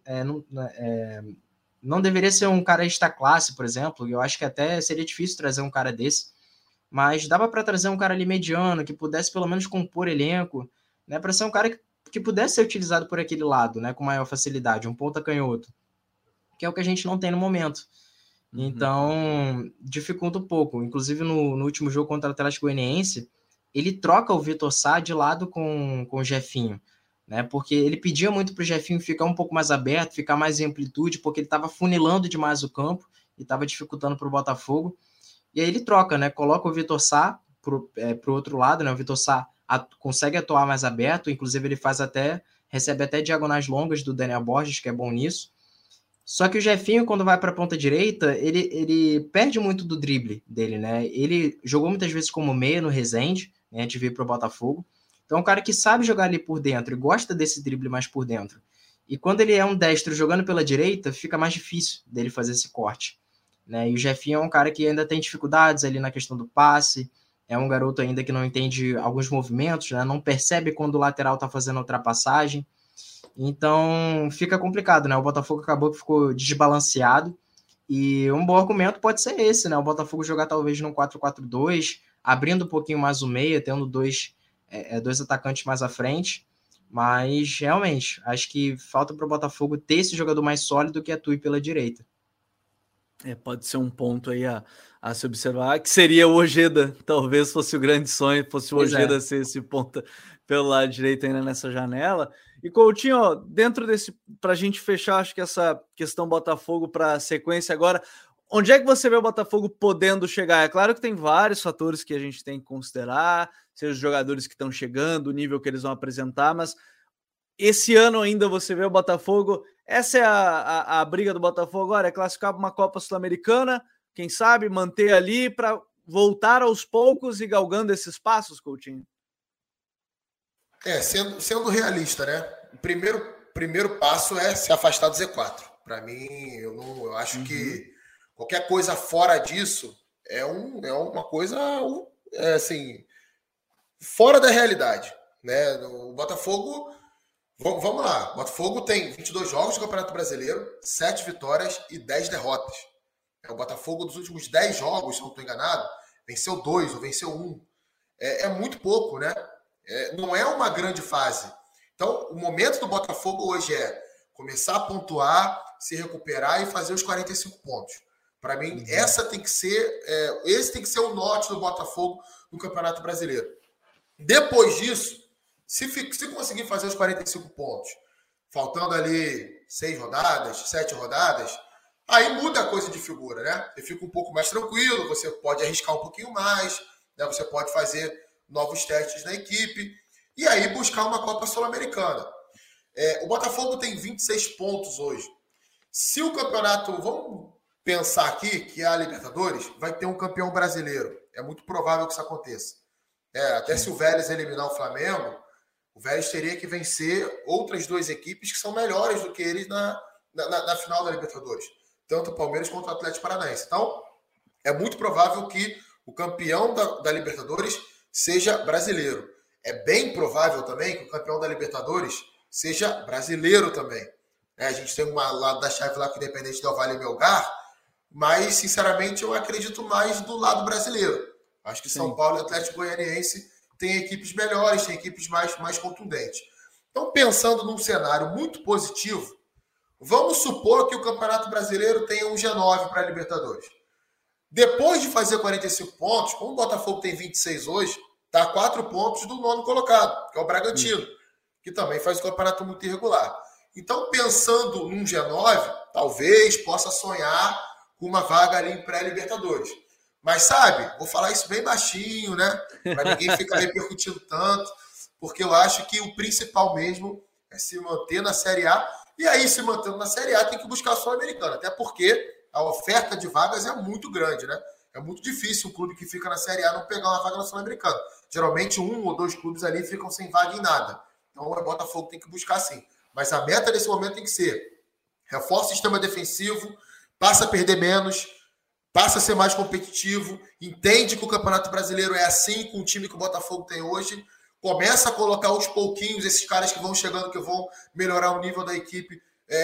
Speaker 3: não deveria ser um cara esta classe, por exemplo. Eu acho que até seria difícil trazer um cara desse, mas dava para trazer um cara ali mediano, que pudesse pelo menos compor elenco, né, para ser um cara que pudesse ser utilizado por aquele lado, né, com maior facilidade, um ponta canhoto, que é o que a gente não tem no momento. Então, dificulta um pouco. Inclusive, no último jogo contra o Atlético Goianiense, ele troca o Vitor Sá de lado com o Jefinho, né? Porque ele pedia muito para o Jefinho ficar um pouco mais aberto, ficar mais em amplitude, porque ele estava funilando demais o campo e estava dificultando para o Botafogo. E aí ele troca, né? Coloca o Vitor Sá pro outro lado, né? O Vitor Sá consegue atuar mais aberto, inclusive ele recebe até diagonais longas do Daniel Borges, que é bom nisso. Só que o Jefinho, quando vai para a ponta direita, ele perde muito do drible dele, né? Ele jogou muitas vezes como meia no Resende, né, de vir para o Botafogo. Então é um cara que sabe jogar ali por dentro e gosta desse drible mais por dentro. E quando ele é um destro jogando pela direita, fica mais difícil dele fazer esse corte, né? E o Jefinho é um cara que ainda tem dificuldades ali na questão do passe, é um garoto ainda que não entende alguns movimentos, né? Não percebe quando o lateral está fazendo ultrapassagem. Então fica complicado, né? O Botafogo acabou que ficou desbalanceado. E um bom argumento pode ser esse, né? O Botafogo jogar talvez num 4-4-2, abrindo um pouquinho mais o meia, tendo dois atacantes mais à frente. Mas, realmente, acho que falta para o Botafogo ter esse jogador mais sólido que atue pela direita.
Speaker 1: Pode ser um ponto aí a se observar, que seria o Ojeda. Talvez fosse o grande sonho, fosse o Ojeda ser esse ponta pelo lado direito ainda nessa janela. E Coutinho, ó, dentro desse, para a gente fechar, acho que essa questão Botafogo para a sequência agora, onde é que você vê o Botafogo podendo chegar? É claro que tem vários fatores que a gente tem que considerar, seja os jogadores que estão chegando, o nível que eles vão apresentar, mas esse ano ainda você vê o Botafogo, essa é a briga do Botafogo agora, é classificar para uma Copa Sul-Americana, quem sabe manter ali para voltar aos poucos e galgando esses passos, Coutinho?
Speaker 2: Sendo realista, né? O primeiro passo é se afastar do Z4. Para mim, eu acho que qualquer coisa fora disso é uma coisa assim, fora da realidade, né? O Botafogo, vamos lá, o Botafogo tem 22 jogos do Campeonato Brasileiro, 7 vitórias e 10 derrotas. O Botafogo dos últimos 10 jogos, se não estou enganado, venceu 2 ou venceu 1. É muito pouco, né? Não é uma grande fase. Então, o momento do Botafogo hoje é começar a pontuar, se recuperar e fazer os 45 pontos. Para mim, esse tem que ser o norte do Botafogo no Campeonato Brasileiro. Depois disso, se conseguir fazer os 45 pontos, faltando ali 6 rodadas, 7 rodadas, aí muda a coisa de figura, né? Você fica um pouco mais tranquilo, você pode arriscar um pouquinho mais, né? Você pode fazer novos testes na equipe, e aí buscar uma Copa Sul-Americana. O Botafogo tem 26 pontos hoje. Se o campeonato, vamos pensar aqui que a Libertadores vai ter um campeão brasileiro. É muito provável que isso aconteça. Até se o Vélez eliminar o Flamengo, o Vélez teria que vencer outras 2 equipes que são melhores do que eles na final da Libertadores. Tanto o Palmeiras quanto o Atlético Paranaense. Então, é muito provável que o campeão da Libertadores seja brasileiro. É bem provável também que o campeão da Libertadores seja brasileiro também. A gente tem uma lado da chave lá com o Independente Del Valle e Melgar, mas, sinceramente, eu acredito mais do lado brasileiro. Acho que São Paulo e Atlético Goianiense têm equipes melhores, têm equipes mais contundentes. Então, pensando num cenário muito positivo, vamos supor que o Campeonato Brasileiro tenha um G9 para a Libertadores. Depois de fazer 45 pontos, como o Botafogo tem 26 hoje, está a 4 pontos do 9º colocado, que é o Bragantino, que também faz um campeonato muito irregular. Então, pensando num G9, talvez possa sonhar com uma vaga ali em pré-Libertadores. Mas, sabe, vou falar isso bem baixinho, né? Para ninguém ficar repercutindo tanto, porque eu acho que o principal mesmo é se manter na Série A. E aí, se mantendo na Série A, tem que buscar a Sul-Americana, até porque a oferta de vagas é muito grande, né? É muito difícil um clube que fica na Série A não pegar uma vaga na Sul-Americana. Geralmente, 1 ou 2 clubes ali ficam sem vaga em nada. Então, o Botafogo tem que buscar sim. Mas a meta nesse momento tem que ser reforça o sistema defensivo, passa a perder menos, passa a ser mais competitivo, entende que o Campeonato Brasileiro é assim com o time que o Botafogo tem hoje, começa a colocar aos pouquinhos esses caras que vão chegando, que vão melhorar o nível da equipe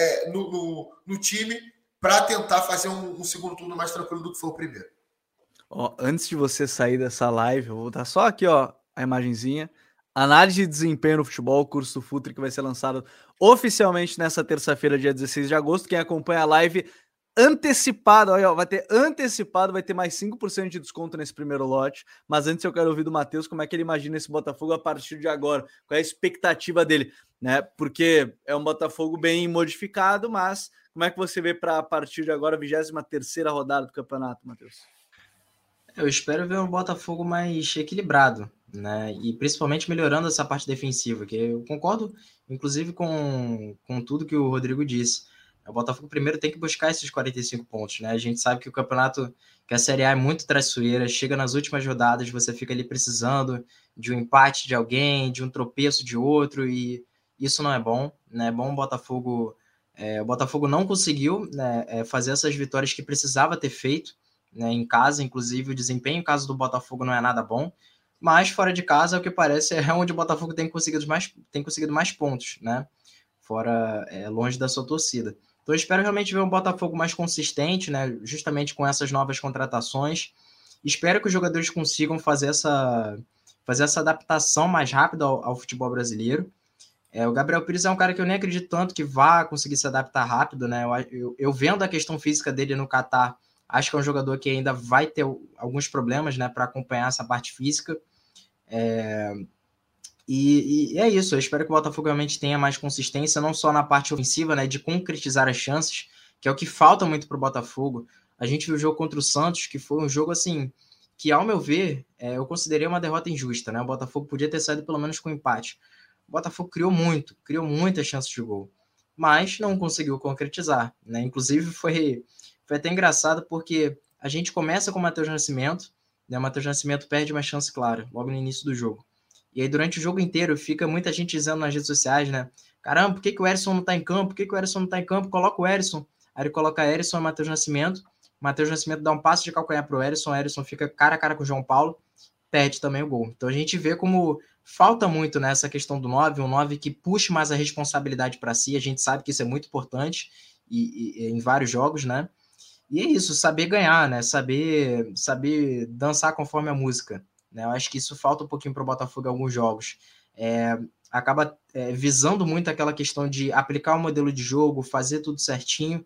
Speaker 2: no time, para tentar fazer um segundo turno mais tranquilo do que foi o primeiro.
Speaker 1: Antes de você sair dessa live, eu vou botar só aqui a imagenzinha. Análise de desempenho no futebol, curso do Futre, que vai ser lançado oficialmente nessa terça-feira, dia 16 de agosto. Quem acompanha a live antecipado, vai ter antecipado, vai ter mais 5% de desconto nesse primeiro lote. Mas antes eu quero ouvir do Matheus como é que ele imagina esse Botafogo a partir de agora. Qual é a expectativa dele, né? Porque é um Botafogo bem modificado, mas como é que você vê para a partir de agora, a 23ª rodada do campeonato, Matheus?
Speaker 3: Eu espero ver um Botafogo mais equilibrado, né? E principalmente melhorando essa parte defensiva, que eu concordo, inclusive, com tudo que o Rodrigo disse. O Botafogo primeiro tem que buscar esses 45 pontos, né? A gente sabe que o campeonato, que a Série A é muito traiçoeira, chega nas últimas rodadas, você fica ali precisando de um empate de alguém, de um tropeço de outro, e Isso não é bom, né? É bom o Botafogo não conseguiu, né, fazer essas vitórias que precisava ter feito, né, em casa. Inclusive o desempenho em casa do Botafogo não é nada bom, mas fora de casa, o que parece, é onde o Botafogo tem conseguido mais pontos, né? Fora, longe da sua torcida. Então eu espero realmente ver um Botafogo mais consistente, né? Justamente com essas novas contratações. Espero que os jogadores consigam fazer essa adaptação mais rápida ao futebol brasileiro. O Gabriel Pires é um cara que eu nem acredito tanto que vá conseguir se adaptar rápido, né? Eu vendo a questão física dele no Catar, acho que é um jogador que ainda vai ter alguns problemas, né, para acompanhar essa parte física. E é isso, eu espero que o Botafogo realmente tenha mais consistência, não só na parte ofensiva, né, de concretizar as chances, que é o que falta muito para o Botafogo. A gente viu o jogo contra o Santos, que foi um jogo, assim, que, ao meu ver, eu considerei uma derrota injusta, né? O Botafogo podia ter saído pelo menos com empate. O Botafogo criou muitas chances de gol, mas não conseguiu concretizar, né? Inclusive, foi até engraçado, porque a gente começa com o Matheus Nascimento, né? O Matheus Nascimento perde uma chance clara, logo no início do jogo. E aí, durante o jogo inteiro, fica muita gente dizendo nas redes sociais, né? Caramba, por que o Erisson não tá em campo? Por que o Erisson não tá em campo? Coloca o Erisson. Aí ele coloca Erisson e Matheus Nascimento. Matheus Nascimento dá um passe de calcanhar pro Erisson. O Erisson fica cara a cara com o João Paulo. Perde também o gol. Então a gente vê como falta muito nessa questão do 9, um 9 que puxe mais a responsabilidade para si. A gente sabe que isso é muito importante e em vários jogos, né? E é isso, saber ganhar, né? Saber dançar conforme a música. Né? Eu acho que isso falta um pouquinho para o Botafogo em alguns jogos. Acaba visando muito aquela questão de aplicar o modelo de jogo, fazer tudo certinho,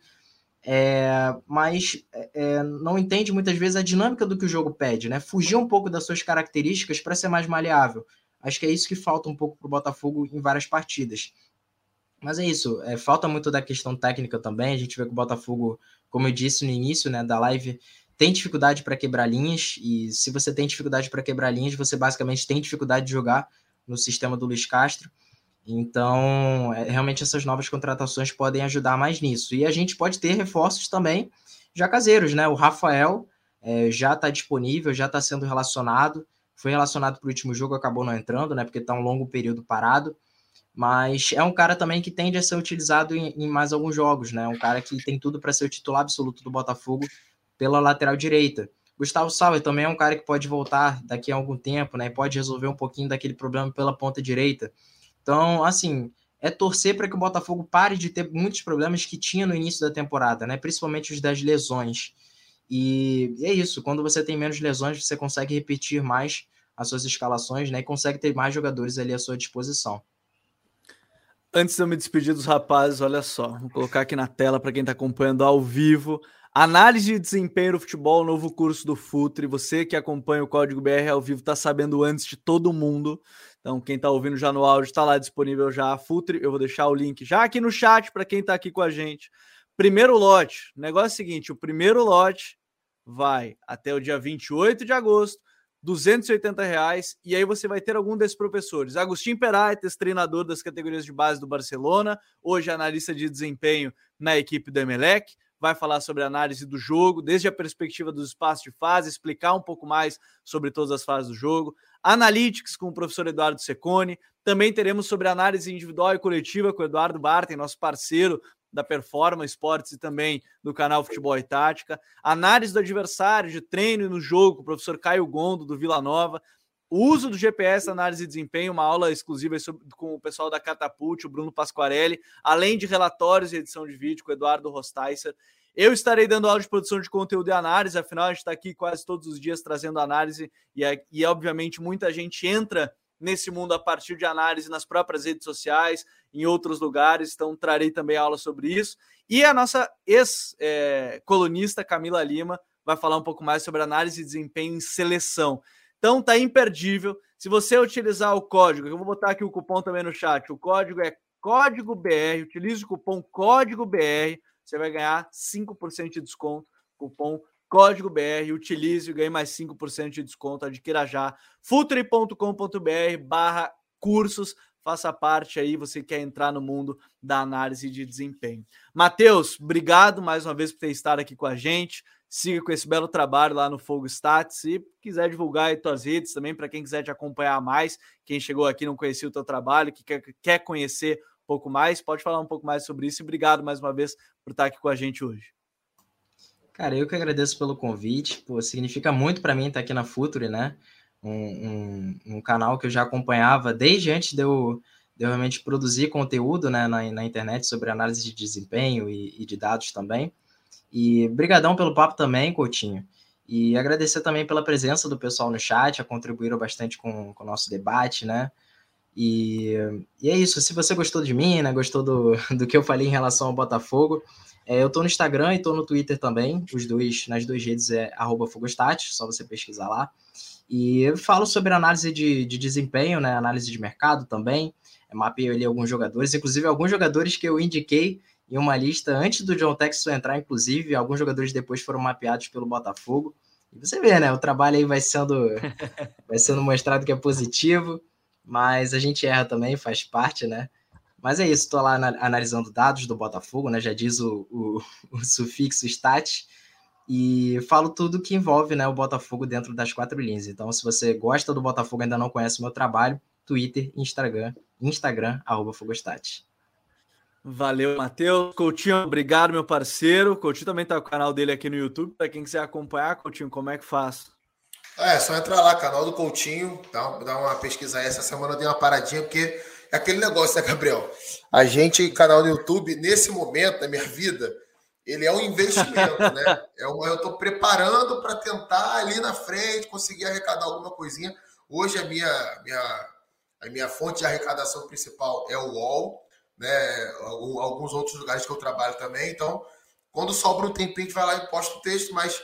Speaker 3: mas não entende muitas vezes a dinâmica do que o jogo pede, né? Fugir um pouco das suas características para ser mais maleável. Acho que é isso que falta um pouco para o Botafogo em várias partidas. Mas é isso, falta muito da questão técnica também. A gente vê que o Botafogo, como eu disse no início, né, da live, tem dificuldade para quebrar linhas, e se você tem dificuldade para quebrar linhas, você basicamente tem dificuldade de jogar no sistema do Luiz Castro. Então, realmente essas novas contratações podem ajudar mais nisso. E a gente pode ter reforços também já caseiros, né? O Rafael já está disponível, já está sendo relacionado. Foi relacionado para o último jogo, acabou não entrando, né? Porque está um longo período parado. Mas é um cara também que tende a ser utilizado em mais alguns jogos, né? Um cara que tem tudo para ser o titular absoluto do Botafogo pela lateral direita. Gustavo Sauer também é um cara que pode voltar daqui a algum tempo, né? Pode resolver um pouquinho daquele problema pela ponta direita. Então, assim, é torcer para que o Botafogo pare de ter muitos problemas que tinha no início da temporada, né? Principalmente os das lesões. E é isso, quando você tem menos lesões, você consegue repetir mais as suas escalações, né? E consegue ter mais jogadores ali à sua disposição.
Speaker 1: Antes de eu me despedir dos rapazes, olha só, vou colocar aqui na tela para quem está acompanhando ao vivo. Análise de desempenho do futebol, novo curso do Futre. Você que acompanha o Código BR ao vivo está sabendo antes de todo mundo. Então, quem está ouvindo já no áudio, está lá disponível já a Futre. Eu vou deixar o link já aqui no chat para quem está aqui com a gente. Primeiro lote. O negócio é o seguinte, o primeiro lote vai até o dia 28 de agosto. R$280, e aí você vai ter algum desses professores. Agustín Peraites, treinador das categorias de base do Barcelona, hoje analista de desempenho na equipe do Emelec, vai falar sobre a análise do jogo, desde a perspectiva dos espaços de fase, explicar um pouco mais sobre todas as fases do jogo. Analytics com o professor Eduardo Secone, também teremos sobre análise individual e coletiva com o Eduardo Bartem, nosso parceiro da Performance Esportes e também do canal Futebol e Tática, análise do adversário, de treino e no jogo, com o professor Caio Gondo, do Vila Nova, o uso do GPS, análise de desempenho, uma aula exclusiva com o pessoal da Catapult, o Bruno Pasquarelli, além de relatórios e edição de vídeo com o Eduardo Rostaisser. Eu estarei dando aula de produção de conteúdo e análise, afinal a gente está aqui quase todos os dias trazendo análise e obviamente muita gente entra nesse mundo a partir de análise nas próprias redes sociais, em outros lugares, então trarei também aula sobre isso. E a nossa ex-colunista Camila Lima vai falar um pouco mais sobre análise de desempenho em seleção. Então tá imperdível. Se você utilizar o código, eu vou botar aqui o cupom também no chat, o código é Código BR, utilize o cupom Código BR, você vai ganhar 5% de desconto, cupom Código BR, utilize e ganhe mais 5% de desconto, adquira já, futre.com.br/cursos, faça parte aí, você quer entrar no mundo da análise de desempenho. Matheus, obrigado mais uma vez por ter estado aqui com a gente, siga com esse belo trabalho lá no Fogo Stats e quiser divulgar aí tuas redes também, para quem quiser te acompanhar mais, quem chegou aqui não conhecia o teu trabalho, que quer conhecer um pouco mais, pode falar um pouco mais sobre isso e obrigado mais uma vez por estar aqui com a gente hoje.
Speaker 3: Cara, eu que agradeço pelo convite, pô, significa muito para mim estar aqui na Futuri, né? Um canal que eu já acompanhava desde antes de eu realmente produzir conteúdo, né, na internet sobre análise de desempenho e de dados também. E brigadão pelo papo também, Coutinho. E agradecer também pela presença do pessoal no chat, contribuíram bastante com o nosso debate, né? E é isso, se você gostou de mim, né, gostou do que eu falei em relação ao Botafogo, eu tô no Instagram e tô no Twitter também, nas duas redes é @fogostat, só você pesquisar lá. E eu falo sobre análise de desempenho, né, análise de mercado também, mapeio ali alguns jogadores, inclusive alguns jogadores que eu indiquei em uma lista antes do John Textor entrar, inclusive, alguns jogadores depois foram mapeados pelo Botafogo. E você vê, né, o trabalho aí vai sendo mostrado que é positivo, mas a gente erra também, faz parte, né? Mas é isso, estou lá analisando dados do Botafogo, né? Já diz o sufixo stat, e falo tudo que envolve, né, o Botafogo dentro das 4 linhas. Então, se você gosta do Botafogo e ainda não conhece o meu trabalho, Twitter, Instagram @fogostat.
Speaker 1: Valeu, Matheus. Coutinho, obrigado, meu parceiro. Coutinho também tá com o canal dele aqui no YouTube. Para quem quiser acompanhar, Coutinho, como é que faz?
Speaker 2: Só entrar lá, canal do Coutinho, dá uma pesquisa aí. Essa semana eu dei uma paradinha, porque é aquele negócio, né, Gabriel? A gente, canal no YouTube, nesse momento da minha vida, ele é um investimento, né? Eu estou preparando para tentar ali na frente conseguir arrecadar alguma coisinha. Hoje a minha fonte de arrecadação principal é o UOL, né? Alguns outros lugares que eu trabalho também. Então, quando sobra um tempinho, a gente vai lá e posta o texto, mas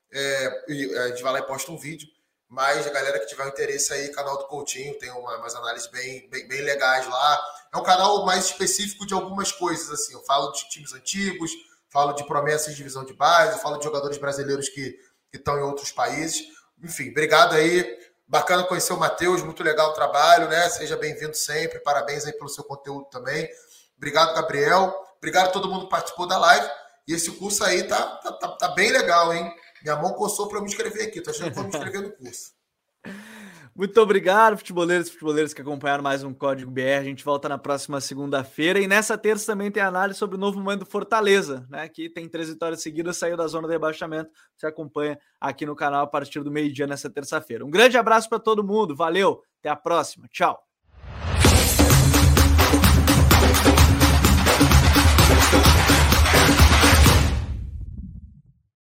Speaker 2: a gente vai lá e posta um vídeo. Mas a galera que tiver interesse aí, canal do Coutinho, tem umas análises bem legais lá. É um canal mais específico de algumas coisas, assim. Eu falo de times antigos, falo de promessas de divisão de base, falo de jogadores brasileiros que estão em outros países. Enfim, obrigado aí. Bacana conhecer o Matheus, muito legal o trabalho, né? Seja bem-vindo sempre. Parabéns aí pelo seu conteúdo também. Obrigado, Gabriel. Obrigado a todo mundo que participou da live. E esse curso aí tá bem legal, hein? Minha mão coçou para eu me inscrever aqui. Tô achando que vou me inscrever no curso.
Speaker 1: Muito obrigado, futeboleiros e futeboleiras que acompanharam mais um Código BR. A gente volta na próxima segunda-feira. E nessa terça também tem análise sobre o novo momento do Fortaleza, né? Que tem 3 vitórias seguidas, saiu da zona de rebaixamento. Você acompanha aqui no canal a partir do meio-dia nessa terça-feira. Um grande abraço para todo mundo. Valeu, até a próxima. Tchau.